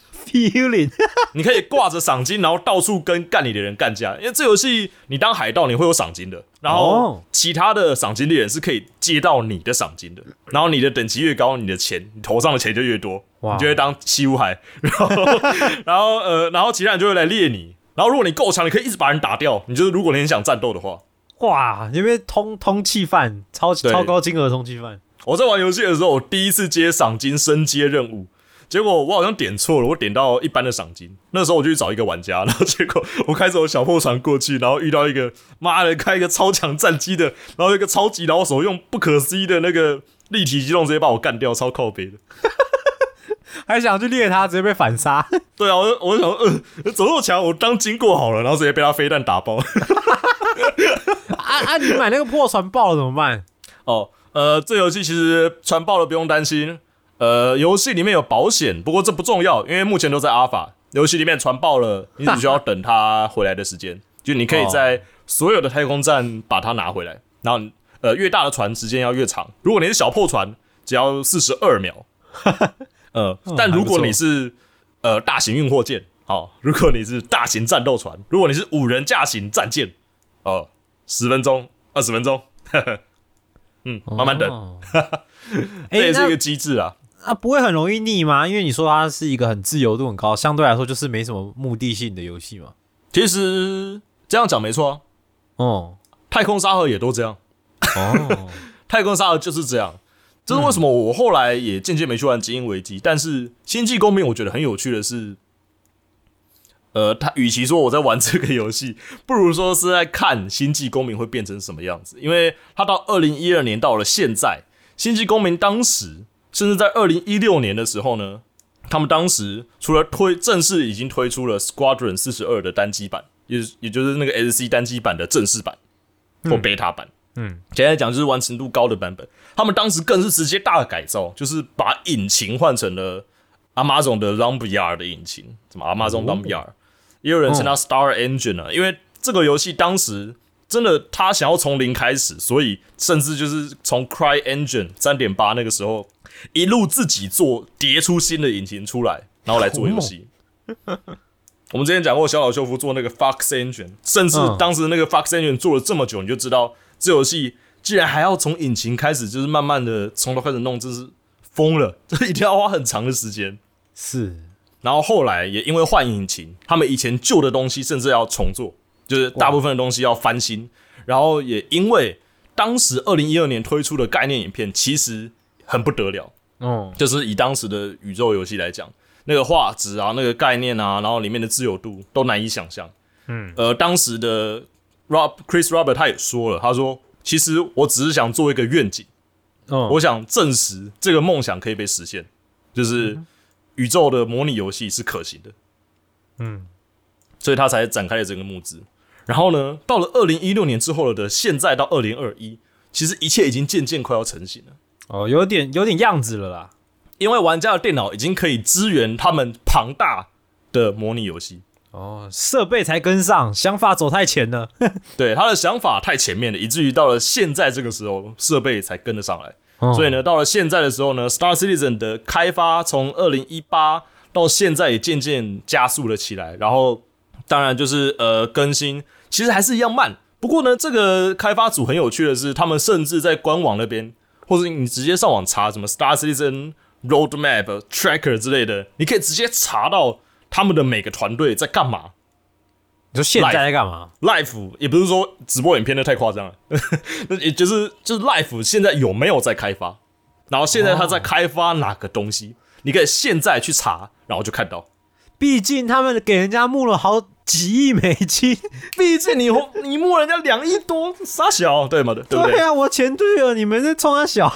feeling 你可以挂着赏金，然后到处跟干你的人干架，因为这游戏你当海盗你会有赏金的，然后其他的赏金猎人是可以接到你的赏金的，然后你的等级越高，你的钱你头上的钱就越多，你就会当西乌海，然后然后呃，然后其他人就会来猎你，然后如果你够强，你可以一直把人打掉，你就是如果你很想战斗的话， 哇，有没有通通缉犯，超超高金额的通缉犯？ 我在玩游戏的时候，我第一次接赏金升阶任务。结果我好像点错了，我点到一般的赏金。那时候我就去找一个玩家，然后结果我开着我小破船过去，然后遇到一个妈的开一个超强战机的，然后一个超级老手用不可思议的那个立体机动直接把我干掉，超靠北的。 还想去猎他，直接被反杀。 对啊，我就我就想，呃，走那么强，我当经过好了，然后直接被他飞弹打爆。 啊啊！你买那个破船爆了怎么办？ 哦，呃，这游戏其实船爆了不用担心。呃，游戏里面有保险，不过这不重要，因为目前都在阿法。游戏里面船爆了，你只需要等它回来的时间，就你可以在所有的太空站把它拿回来。然后，呃，越大的船时间要越长。如果你是小破船，只要四十二秒。呃，但如果你是呃大型运货舰，好、哦，如果你是大型战斗船，如果你是五人驾型战舰，哦，十分钟、二十分钟，嗯，慢慢等。 哦这也是一个机制啊。 啊，不会很容易腻吗？因为你说它是一个很自由度很高，相对来说就是没什么目的性的游戏嘛。 其实这样讲没错啊。 哦， 太空沙盒也都这样。 哦， 太空沙盒就是这样。这是为什么我后来也渐渐没去玩《基因危机》，但是《星际公民》我觉得很有趣的是，呃，他与其说我在玩这个游戏，不如说是在看《星际公民》会变成什么样子，因为他到二零一二年到了现在，《星际公民》当时。甚至在二零一六年的时候呢，他们当时除了推正式已经推出了 Squadron 四十二的单机版，也也就是那个 S C 单机版的正式版或 Beta 版，嗯，简单来讲就是完成度高的版本。他们当时更是直接大改造，就是把引擎换成了 Amazon 的 Lumberyard 的引擎，什么 Amazon Lumberyard，、哦、也有人称它 Star Engine 啊，因为这个游戏当时。真的，他想要从零开始，所以甚至就是从 Cry Engine 三点八 那个时候，一路自己做叠出新的引擎出来，然后来做游戏。我们之前讲过，小岛秀夫做那个 Fox Engine， 甚至当时那个 Fox Engine 做了这么久，你就知道这游戏既然还要从引擎开始，就是慢慢的从头开始弄，真是疯了，这一定要花很长的时间。 是， 然后后来也因为换引擎，他们以前旧的东西甚至要重做。就是大部分的东西要翻新，然后也因为当时二零一二年推出的概念影片其实很不得了，哦，就是以当时的宇宙游戏来讲，那个画质啊、那个概念啊，然后里面的自由度都难以想象。嗯，呃，当时的 Rob Chris Robert 他也说了，他说其实我只是想做一个愿景，哦，我想证实这个梦想可以被实现，就是宇宙的模拟游戏是可行的。嗯，所以他才展开了整个募资。然后呢，到了二零一六年之后的现在到二零二一，其实一切已经渐渐快要成型了。 哦，有点有点样子了啦。 因为玩家的电脑已经可以支援他们庞大的模拟游戏。 哦，设备才跟上，想法走太前了。 对，他的想法太前面了，以至于到了现在这个时候，设备才跟得上来。哦、所以呢，到了现在的时候呢 ，Star Citizen 的开发从二零一八到现在也渐渐加速了起来。然后，当然就是呃更新。其实还是一样慢，不过呢，这个开发组很有趣的是，他们甚至在官网那边，或者你直接上网查什么 Star Citizen Roadmap、Tracker 之类的，你可以直接查到他们的每个团队在干嘛。 你说现在在干嘛 ？Live 也不是说直播影片的太夸张了，也就是就是 Live 现在有没有在开发，然后现在他在开发哪个东西，哦、你可以现在去查，然后就看到。 毕竟他们给人家募了好几亿美金， 毕竟你你募人家两亿多，傻小对吗？对不对？ 对啊，我钱对了，你们在冲他小。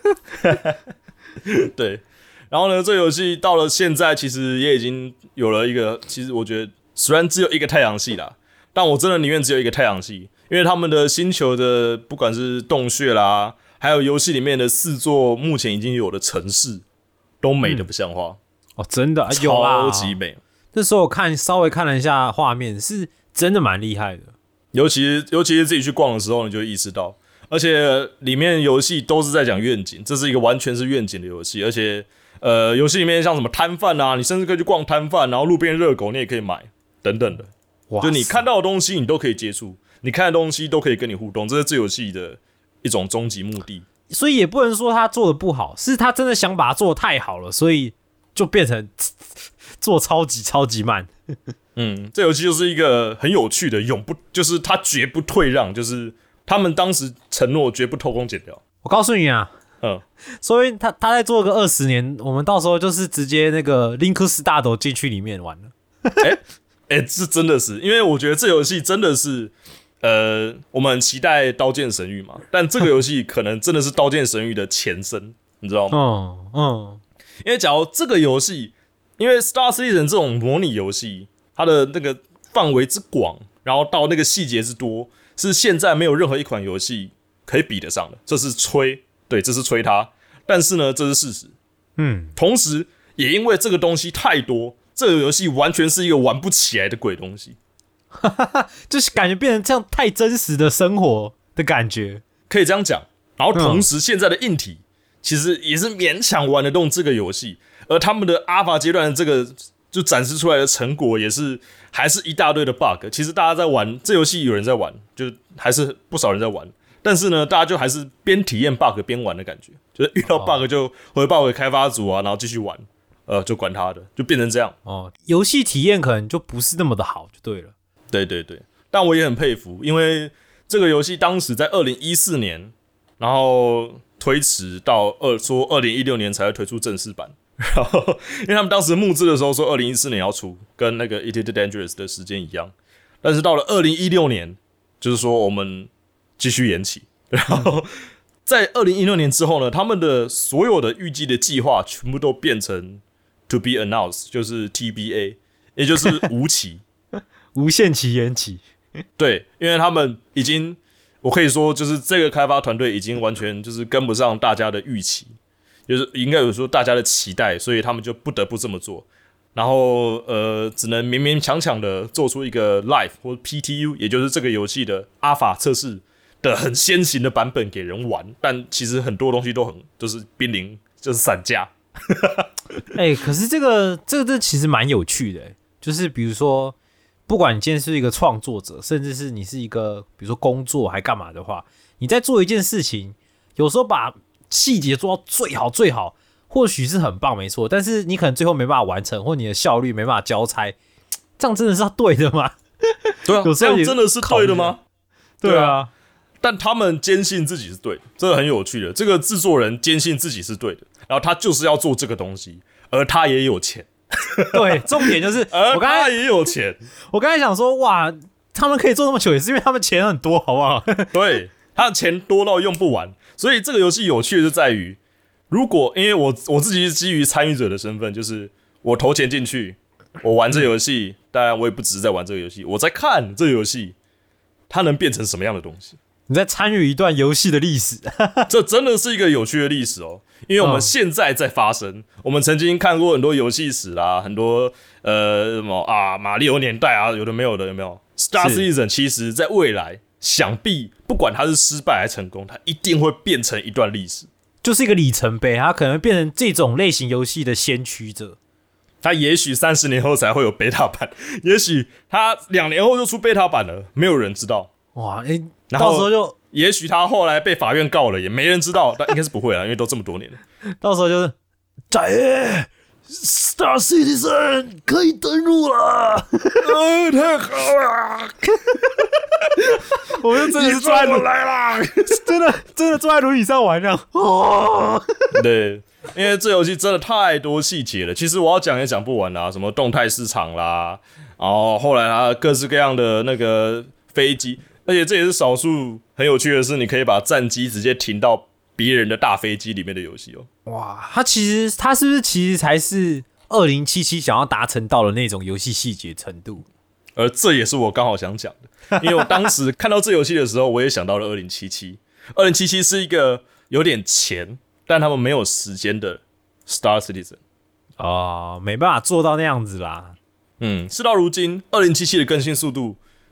对，然后呢，这游戏到了现在，其实也已经有了一个，其实我觉得虽然只有一个太阳系啦，但我真的宁愿只有一个太阳系，因为他们的星球的不管是洞穴啦，还有游戏里面的四座目前已经有的城市，都美得不像话。嗯哦，真的有啦，超级美。 那时候我看稍微看了一下画面，是真的蛮厉害的。 尤其尤其是自己去逛的时候，你就会意识到，而且里面游戏都是在讲愿景，这是一个完全是愿景的游戏，而且呃，游戏里面像什么摊贩啊，你甚至可以去逛摊贩，然后路边热狗你也可以买等等的，就你看到的东西你都可以接触，你看的东西都可以跟你互动，这是这游戏的一种终极目的。 所以也不能说他做的不好，是他真的想把它做的太好了，所以就变成做超级超级慢。 嗯，这游戏就是一个很有趣的，永不就是他绝不退让，就是他们当时承诺绝不偷工减料。 我告诉你啊， 嗯， 所以他他再做个二十年，我们到时候就是直接那个 Link Star 进去里面玩了。 哎哎、欸，这真的是，因为我觉得这游戏真的是。呃，我们很期待《刀剑神域》嘛，但这个游戏可能真的是《刀剑神域》的前身，你知道吗？ 嗯嗯， 因为假如这个游戏，因为 Star Citizen 这种模拟游戏，它的那个范围之广，然后到那个细节之多，是现在没有任何一款游戏可以比得上的。这是吹，对，这是吹它，但是呢，这是事实。 嗯， 同时也因为这个东西太多，这个游戏完全是一个玩不起来的鬼东西。 就是感觉变成这样太真实的生活的感觉， 可以这样讲。然后同时，现在的硬体、嗯、其实也是勉强玩得动这个游戏，而他们的 Alpha 阶段的这个就展示出来的成果，也是还是一大堆的 bug。其实大家在玩这游戏，有人在玩，就还是不少人在玩。但是呢，大家就还是边体验 bug 边玩的感觉，就是遇到 bug 就回报给开发组啊，然后继续玩，呃，就管他的，就变成这样。 哦，游戏体验可能就不是那么的好，就对了。 对对对，但我也很佩服，因为这个游戏当时在二零一四年，然后推迟到二说二零一六年才会推出正式版，然后因为他们当时募资的时候说二零一四年要出，跟那个 It is Dangerous 的时间一样，但是到了二零一六年，就是说我们继续延期，然后在二零一六年之后呢，他们的所有的预计的计划全部都变成 To be announced， 就是 T B A， 也就是无期。 无限期延期， 对，因为他们已经，我可以说，就是这个开发团队已经完全就是跟不上大家的预期，就是应该有说大家的期待，所以他们就不得不这么做，然后呃，只能勉勉强强的做出一个 Live 或 P T U， 也就是这个游戏的 Alpha 测试的很先行的版本给人玩，但其实很多东西都很就是濒临就是散架。 哎、欸，可是这个这个这其实蛮有趣的，就是比如说。不管你今天是一个创作者，甚至是你是一个比如说工作还干嘛的话，你在做一件事情，有时候把细节做到最好最好，或许是很棒没错，但是你可能最后没办法完成，或你的效率没办法交差，这样真的是对的吗？ 对啊，这样真的是对的吗？ 对啊， 但他们坚信自己是对的，这个很有趣的。这个制作人坚信自己是对的，然后他就是要做这个东西，而他也有钱。 对，重点就是我刚才也有钱。 我刚才想说，哇，他们可以做那么久，也是因为他们钱很多，好不好？ 对，他的钱多到用不完。所以这个游戏有趣的就在于，如果因为我我自己是基于参与者的身份，就是我投钱进去，我玩这个游戏，当然我也不只是在玩这个游戏，我在看这个游戏它能变成什么样的东西。 你在参与一段游戏的历史， 这真的是一个有趣的历史哦。因为我们现在在发生，嗯、我们曾经看过很多游戏史啦，很多呃什么啊马里奥年代啊，有的没有的，有没有 ？Star Citizen 其实在未来，想必不管它是失败还是成功，它一定会变成一段历史， 就是一个里程碑，它可能会变成这种类型游戏的先驱者。 它也许三十年后才会有 beta 版，也许它两年后就出 beta 版了，没有人知道。 哇，欸、到时候就。 也许他后来被法院告了，也没人知道，但应该是不会啦，因为都这么多年了。 到时候就是， 仔爷 ，Star Citizen 可以登录了，呃，太好了！ 我就真的是坐在轮来啦， 真的真的坐在轮椅上玩这样。哦， 对，因为这游戏真的太多细节了，其实我要讲也讲不完啦，什么动态市场啦，然后后来它各式各样的那个飞机。而且这也是少数很有趣的是，你可以把战机直接停到别人的大飞机里面的游戏哦。 哇，它其实它是不是其实才是二零七七想要达成到的那种游戏细节程度？ 而这也是我刚好想讲的，因为我当时看到这游戏的时候，我也想到了二零七七。二零七七是一个有点钱，但他们没有时间的 Star Citizen 哦，没办法做到那样子啦。 嗯，事到如今，二零七七的更新速度。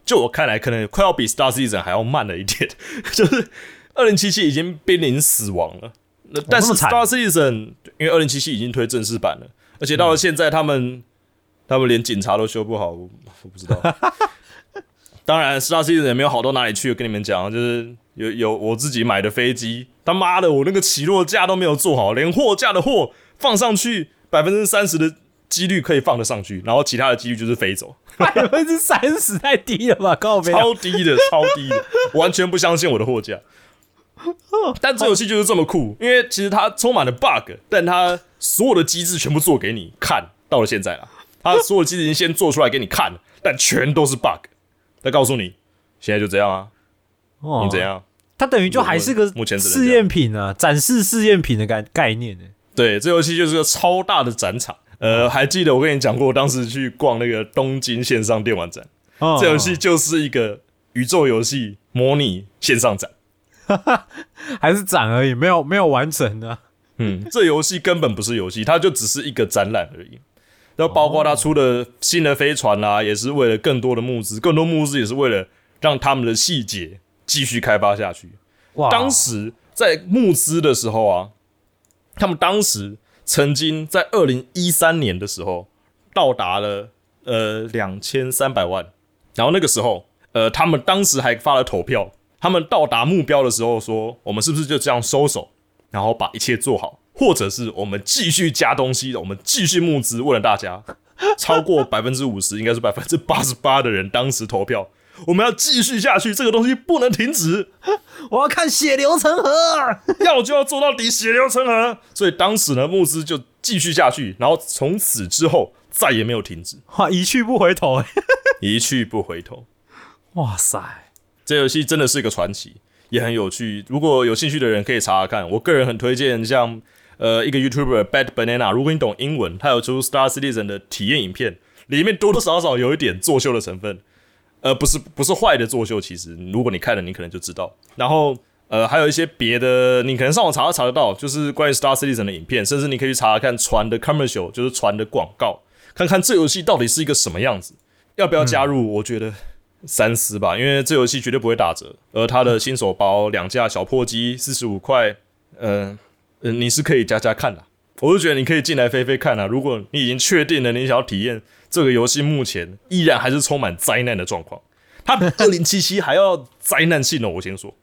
就我看来，可能快要比 Star Citizen 还要慢了一点，就是二零七七已经濒临死亡了。那但是 Star Citizen 因为二零七七已经推正式版了，而且到了现在他们、嗯、他们连警察都修不好，我我不知道。当然 Star Citizen 也没有好到哪里去，跟你们讲，就是有有我自己买的飞机，他妈的我那个起落架都没有做好，连货架的货放上去百分之三十的几率可以放得上去，然后其他的几率就是飞走。 百分之三十太低了吧？靠北， 超低的，超低的，完全不相信我的货架。但这游戏就是这么酷，因为其实它充满了 bug， 但它所有的机制全部做给你看。到了现在啦，它所有的机制已经先做出来给你看，但全都是 bug。他告诉你，现在就这样啊，哦、你怎样？ 它等于就还是个试验品啊，展示试验品的概概念呢。 对，这游戏就是个超大的展场。呃，还记得我跟你讲过，当时去逛那个东京线上电玩展，哦、这游戏就是一个宇宙游戏模拟线上展， 还是展而已，没有没有完成的、啊。 嗯，这游戏根本不是游戏，它就只是一个展览而已。然后包括它出的新的飞船啦、啊，也是为了更多的募资，更多募资也是为了让他们的细节继续开发下去。哇！当时在募资的时候啊，他们当时曾经在二零一三年的时候到达了呃两千三百万，然后那个时候呃他们当时还发了投票，他们到达目标的时候说，我们是不是就这样收手，然后把一切做好，或者是我们继续加东西，我们继续募资，为了大家。超过百分之五十，应该是百分之八十八的人当时投票，我们要继续下去，这个东西不能停止。 我要看血流成河， 要就要做到底，血流成河。所以当时呢，募资就继续下去，然后从此之后再也没有停止， 哇，一去不回头， 一去不回头。 哇塞， 这游戏真的是一个传奇，也很有趣。如果有兴趣的人可以查查看，我个人很推荐像。呃，一个 YouTuber Bad Banana， 如果你懂英文，他有出 Star Citizen 的体验影片，里面多多少少有一点作秀的成分，呃，不是不是坏的作秀，其实如果你看了，你可能就知道。然后呃，还有一些别的，你可能上网查都查得到，就是关于 Star Citizen 的影片，甚至你可以去查查看船的 commercial， 就是船的广告，看看这游戏到底是一个什么样子，要不要加入？嗯、我觉得三思吧，因为这游戏绝对不会打折，而它的新手包两架小破机四十五块，呃。呃，你是可以加加看的，我就觉得你可以进来飞飞看啊。如果你已经确定了你想要体验这个游戏，目前依然还是充满灾难的状况，它比二零七七还要灾难性哦。我先说，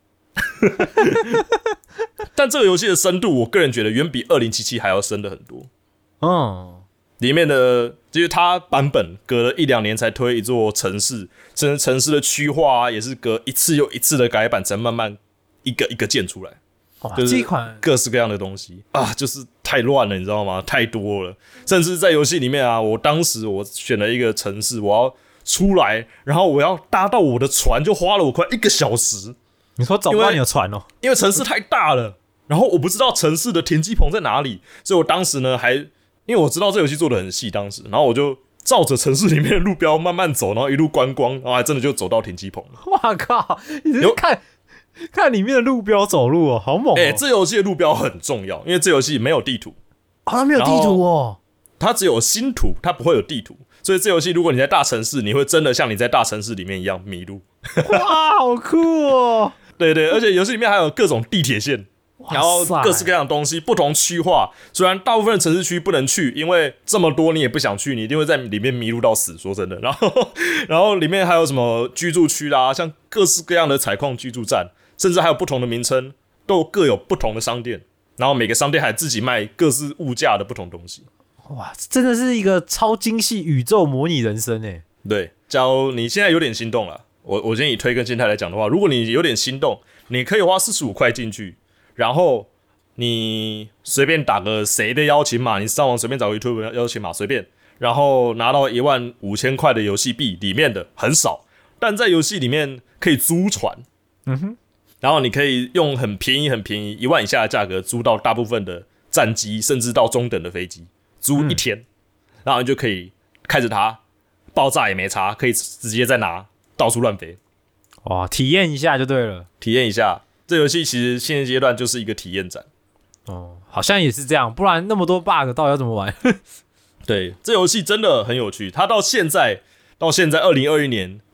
但这个游戏的深度，我个人觉得远比二零七七还要深的很多。嗯，里面的就是它版本隔了一两年才推一座城市，甚至城市的区划啊，也是隔一次又一次的改版，才慢慢一个一个建出来。就是各式各样的东西啊，就是太乱了，你知道吗？太多了，甚至在游戏里面啊，我当时我选了一个城市，我要出来，然后我要搭到我的船，就花了我快一个小时。 你说找不到你的船哦？ 因为城市太大了，然后我不知道城市的停机棚在哪里，所以我当时呢还因为我知道这游戏做得很细，当时，然后我就照着城市里面的路标慢慢走，然后一路观光，然后还真的就走到停机棚了。 哇靠！你是看？看里面的路标走路哦，好猛哦！ 哎、欸，这游戏的路标很重要，因为这游戏没有地图。 啊、哦，它没有地图哦， 它只有星图，它不会有地图。所以这游戏如果你在大城市，你会真的像你在大城市里面一样迷路。 哇，好酷哦！ 对对，而且游戏里面还有各种地铁线，然后各式各样的东西，不同区划。虽然大部分的城市区不能去，因为这么多你也不想去，你一定会在里面迷路到死。说真的，然后然后里面还有什么居住区啦，像各式各样的采矿居住站。甚至还有不同的名称，都各有不同的商店，然后每个商店还自己卖各式物价的不同东西。 哇，真的是一个超精细宇宙模拟人生诶！ 对，假如你现在有点心动了，我我建议以推跟心态来讲的话，如果你有点心动，你可以花四十五块进去，然后你随便打个谁的邀请码，你上网随便找个 YouTube 邀请码随便，然后拿到一万五千块的游戏币，里面的很少，但在游戏里面可以租船。嗯哼。然后你可以用很便宜、很便宜一万以下的价格租到大部分的战机，甚至到中等的飞机，租一天，嗯、然后你就可以开着它，爆炸也没差，可以直接再拿到处乱飞。 哇，体验一下就对了， 体验一下。这游戏其实现阶段就是一个体验展。 哦，好像也是这样，不然那么多 bug 到底要怎么玩？对， 这游戏真的很有趣，它到现在到现在二零二一年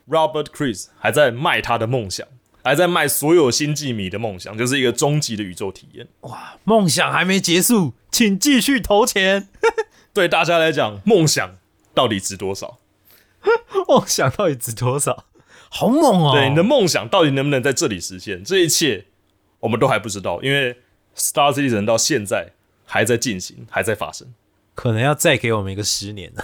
Robert Chris 还在卖他的梦想，还在卖所有星际迷的梦想，就是一个终极的宇宙体验。 哇，梦想还没结束，请继续投钱。 对大家来讲，梦想到底值多少？ 梦想到底值多少？好猛哦！ 对，你的梦想到底能不能在这里实现？这一切我们都还不知道，因为 Star Citizen 到现在还在进行，还在发生， 可能要再给我们一个十年。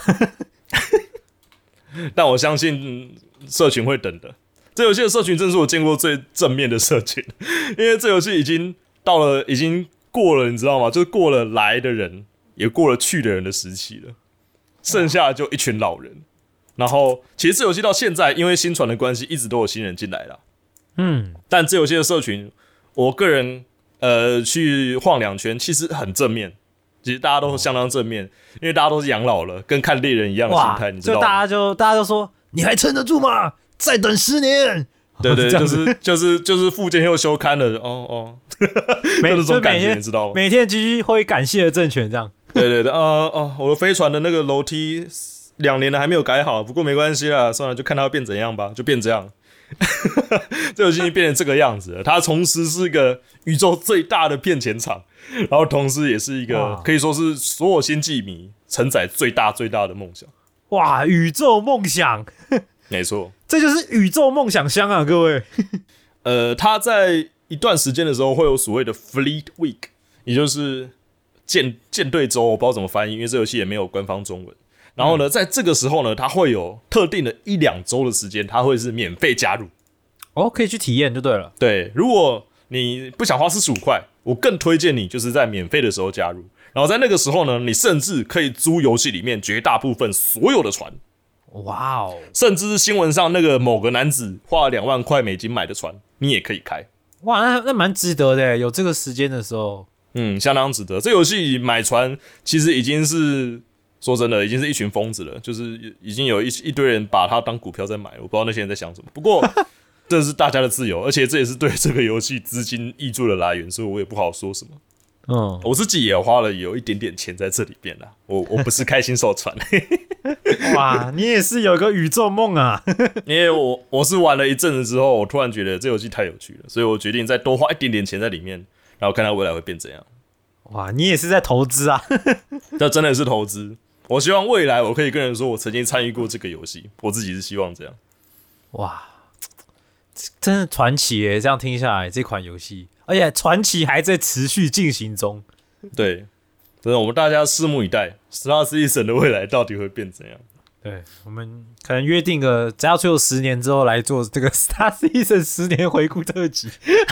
但我相信社群会等的。这游戏的社群真是我见过最正面的社群，因为这游戏已经到了，已经过了，你知道吗？就是过了来的人，也过了去的人的时期了，剩下就一群老人。然后，其实这游戏到现在，因为新传的关系，一直都有新人进来啦。 嗯， 但这游戏的社群，我个人呃去晃两圈，其实很正面。其实大家都相当正面，因为大家都是养老了，跟看猎人一样的心态，你知道吗？ 就大家就大家就说，你还撑得住吗？再等十年。 对对，就是就是就是富坚又休刊了，哦哦， 没这种感觉，你知道吗？ 每天继续会感谢的政权这样。 对对对，哦哦，我的飞船的那个楼梯两年了还没有改好，不过没关系啦，算了，就看它会变怎样吧，就变这样。这游戏变成这个样子了，它同时是一个宇宙最大的骗钱场，然后同时也是一个可以说是所有星际迷承载最大最大的梦想。 哇，宇宙梦想， 没错， 这就是宇宙梦想箱啊，各位。 呃，它在一段时间的时候会有所谓的 Fleet Week， 也就是舰舰队周，我不知道怎么翻译，因为这游戏也没有官方中文。然后呢，在这个时候呢，它会有特定的一两周的时间，它会是免费加入。 哦，可以去体验就对了。 对，如果你不想花四十五块，我更推荐你就是在免费的时候加入。然后在那个时候呢，你甚至可以租游戏里面绝大部分所有的船。 哇哦！ 甚至是新闻上那个某个男子花了两万块美金买的船，你也可以开。 哇，那那蛮值得的，有这个时间的时候， 嗯，相当值得。这游戏买船其实已经是。说真的，已经是一群疯子了，就是已经有一一堆人把它当股票在买，我不知道那些人在想什么。不过这是大家的自由，而且这也是对这个游戏资金挹注的来源，所以我也不好说什么。 嗯， 我自己也花了有一点点钱在这里边啦。我我不是开心手船。 哇，你也是有个宇宙梦啊！ 因为我我是玩了一阵子之后，我突然觉得这游戏太有趣了，所以我决定再多花一点点钱在里面，然后看它未来会变怎样。 哇，你也是在投资啊！ 这真的是投资。我希望未来我可以跟人说，我曾经参与过这个游戏，我自己是希望这样。 哇，真的传奇耶！这样听下来，这款游戏，而且传奇还在持续进行中。 对，真的，我们大家拭目以待 ，Star Citizen 的未来到底会变怎样？ 对，我们可能约定个，只要最后十年之后来做这个 Star Citizen 十年回顾特辑。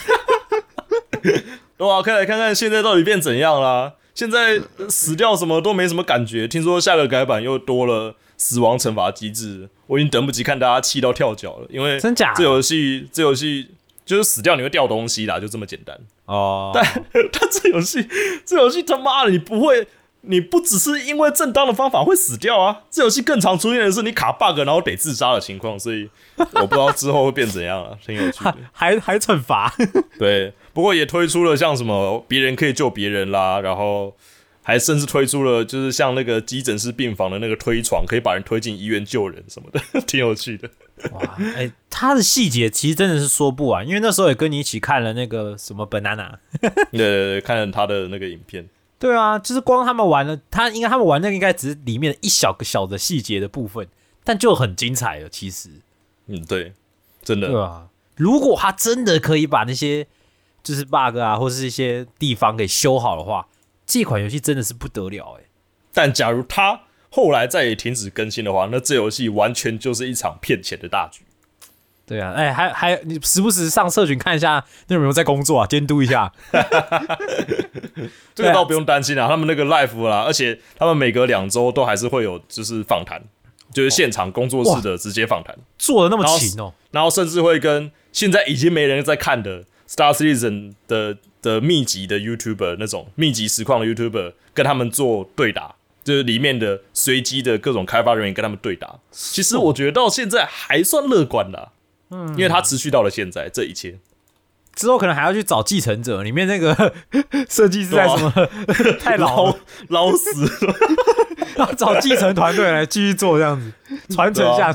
对啊，可以来看看现在到底变怎样啦。现在死掉什么都没什么感觉，听说下个改版又多了死亡惩罚机制，我已经等不及看大家气到跳脚了。因为真假这游戏这游戏就是死掉你会掉东西啦，就这么简单。 哦， 但但这游戏这游戏他妈的你不会，你不只是因为正当的方法会死掉啊，这游戏更常出现的是你卡 bug 然后得自杀的情况，所以我不知道之后会变怎样了，挺有趣的。 还还惩罚？ 对。不过也推出了像什么别人可以救别人啦，然后还甚至推出了就是像那个急诊室病房的那个推床，可以把人推进医院救人什么的，挺有趣的。 哇，哎、欸，它的细节其实真的是说不完，因为那时候也跟你一起看了那个什么 Banana， 对对对，看了他的那个影片。 对啊，就是光他们玩了，他应该他们玩那个应该只是里面的一小个小的细节的部分，但就很精彩了。其实， 嗯，对，真的。 对啊，如果他真的可以把那些就是 bug 啊，或是一些地方给修好的话，这款游戏真的是不得了哎。 但假如他后来再也停止更新的话，那这游戏完全就是一场骗钱的大局。 对啊，哎、欸，还还你时不时上社群看一下那有没有在工作啊，监督一下。 这个倒不用担心啊，他们那个 live 啦，而且他们每隔两周都还是会有就是访谈，就是现场工作室的直接访谈， 做的那么勤哦。 然后甚至会跟现在已经没人在看的 Star Citizen 的的秘籍的 YouTuber 那种秘籍实况的 YouTuber 跟他们做对打，就是里面的随机的各种开发人员跟他们对打。其实我觉得到现在还算乐观啦，嗯，因为它持续到了现在这一切。 之后可能还要去找继承者，里面那个设计师在什么、啊、太老了老死了， 要找继承团队来继续做这样子，传承下去。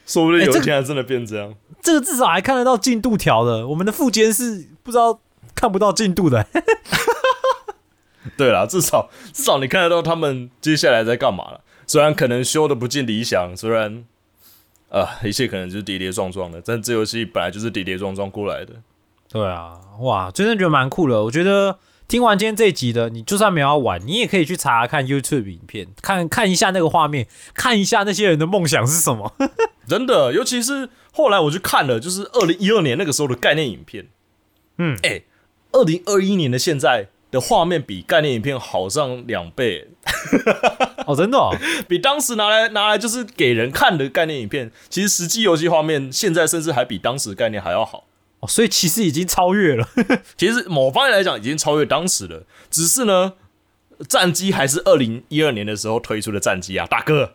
说不定有一欸这天还真的变这样。 这个至少还看得到进度条的，我们的副监是不知道看不到进度的。 对啦，至少至少你看得到他们接下来在干嘛了。虽然可能修的不尽理想，虽然呃一切可能就是跌跌撞撞的，但这游戏本来就是跌跌撞撞过来的。 对啊，哇，真的觉得蛮酷的。我觉得听完今天这一集的，你就算没有要玩，你也可以去查看 YouTube 影片，看看一下那个画面，看一下那些人的梦想是什么。 真的，尤其是后来我去看了，就是二零一二年那个时候的概念影片。 嗯， 哎、欸，二零二一年的现在的画面比概念影片好上两倍。 哦，真的哦， 比当时拿来拿来就是给人看的概念影片，其实实际游戏画面现在甚至还比当时的概念还要好。 哦，所以其实已经超越了。 其实某方面来讲，已经超越当时了。只是呢，战机还是二零一二年的时候推出的战机啊，大哥。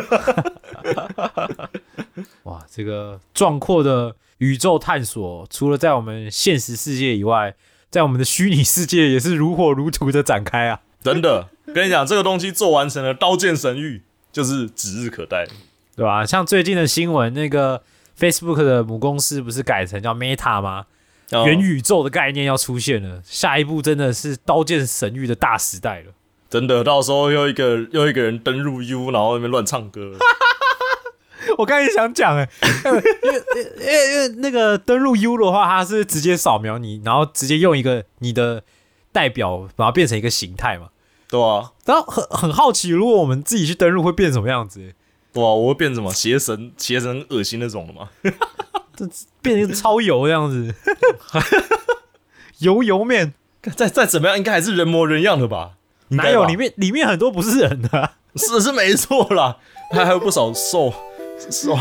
哇，这个壮阔的宇宙探索，除了在我们现实世界以外，在我们的虚拟世界也是如火如荼的展开啊！ 真的，跟你讲，这个东西做完成了《刀剑神域》，就是指日可待， 对吧？像最近的新闻，那个 Facebook 的母公司不是改成叫 Meta 吗？ 哦、 元宇宙的概念要出现了，下一步真的是《刀剑神域》的大时代了。 真的，到时候又一个又一个人登入 U， 然后那边乱唱歌。 我刚才也想讲哎，因为因为因为那个登入 U 的话，它是直接扫描你，然后直接用一个你的代表，把它变成一个形态嘛。 对啊， 然后很很好奇，如果我们自己去登入会变什么样子？ 对啊，我会变什么邪神？邪神恶心那种的吗？ 这变成一个超油这样子，油油面， 再再怎么样，应该还是人模人样的吧？ 哪有里面里面很多不是人的、啊？ 是是没错啦，还还有不少兽兽。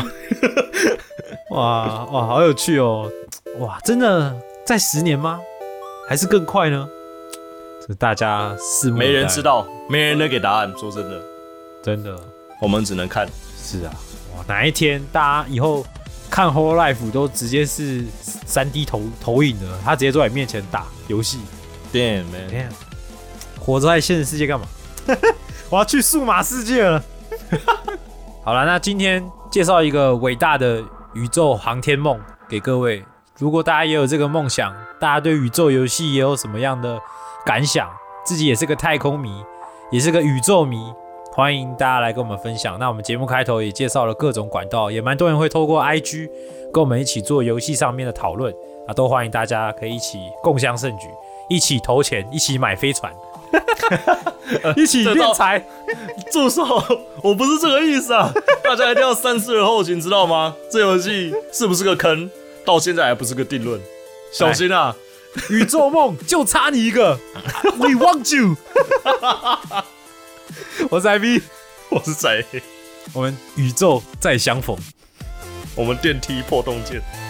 哇哇，好有趣哦！哇，真的在十年吗？还是更快呢？这大家拭目以待， 没人知道，没人能给答案。说真的， 真的， 我们只能看。 是啊，哇，哪一天大家以后看《Hololive》都直接是三 D 投投影的，他直接坐在你面前打游戏。 Damn man， 活在现实世界干嘛？我要去数码世界了。好了，那今天介绍一个伟大的宇宙航天梦给各位。如果大家也有这个梦想，大家对宇宙游戏也有什么样的感想？自己也是个太空迷，也是个宇宙迷，欢迎大家来跟我们分享。那我们节目开头也介绍了各种管道，也蛮多人会透过 I G 跟我们一起做游戏上面的讨论啊，都欢迎大家可以一起共襄盛举，一起投钱，一起买飞船。一起敛财， 助手，我不是这个意思啊！大家一定要三思而后行，知道吗？这游戏是不是个坑，到现在还不是个定论，小心啊！ 宇宙梦就差你一个 ，We want you 。我是 I B， 我是仔， 我们宇宙再相逢， 我们电梯破洞见。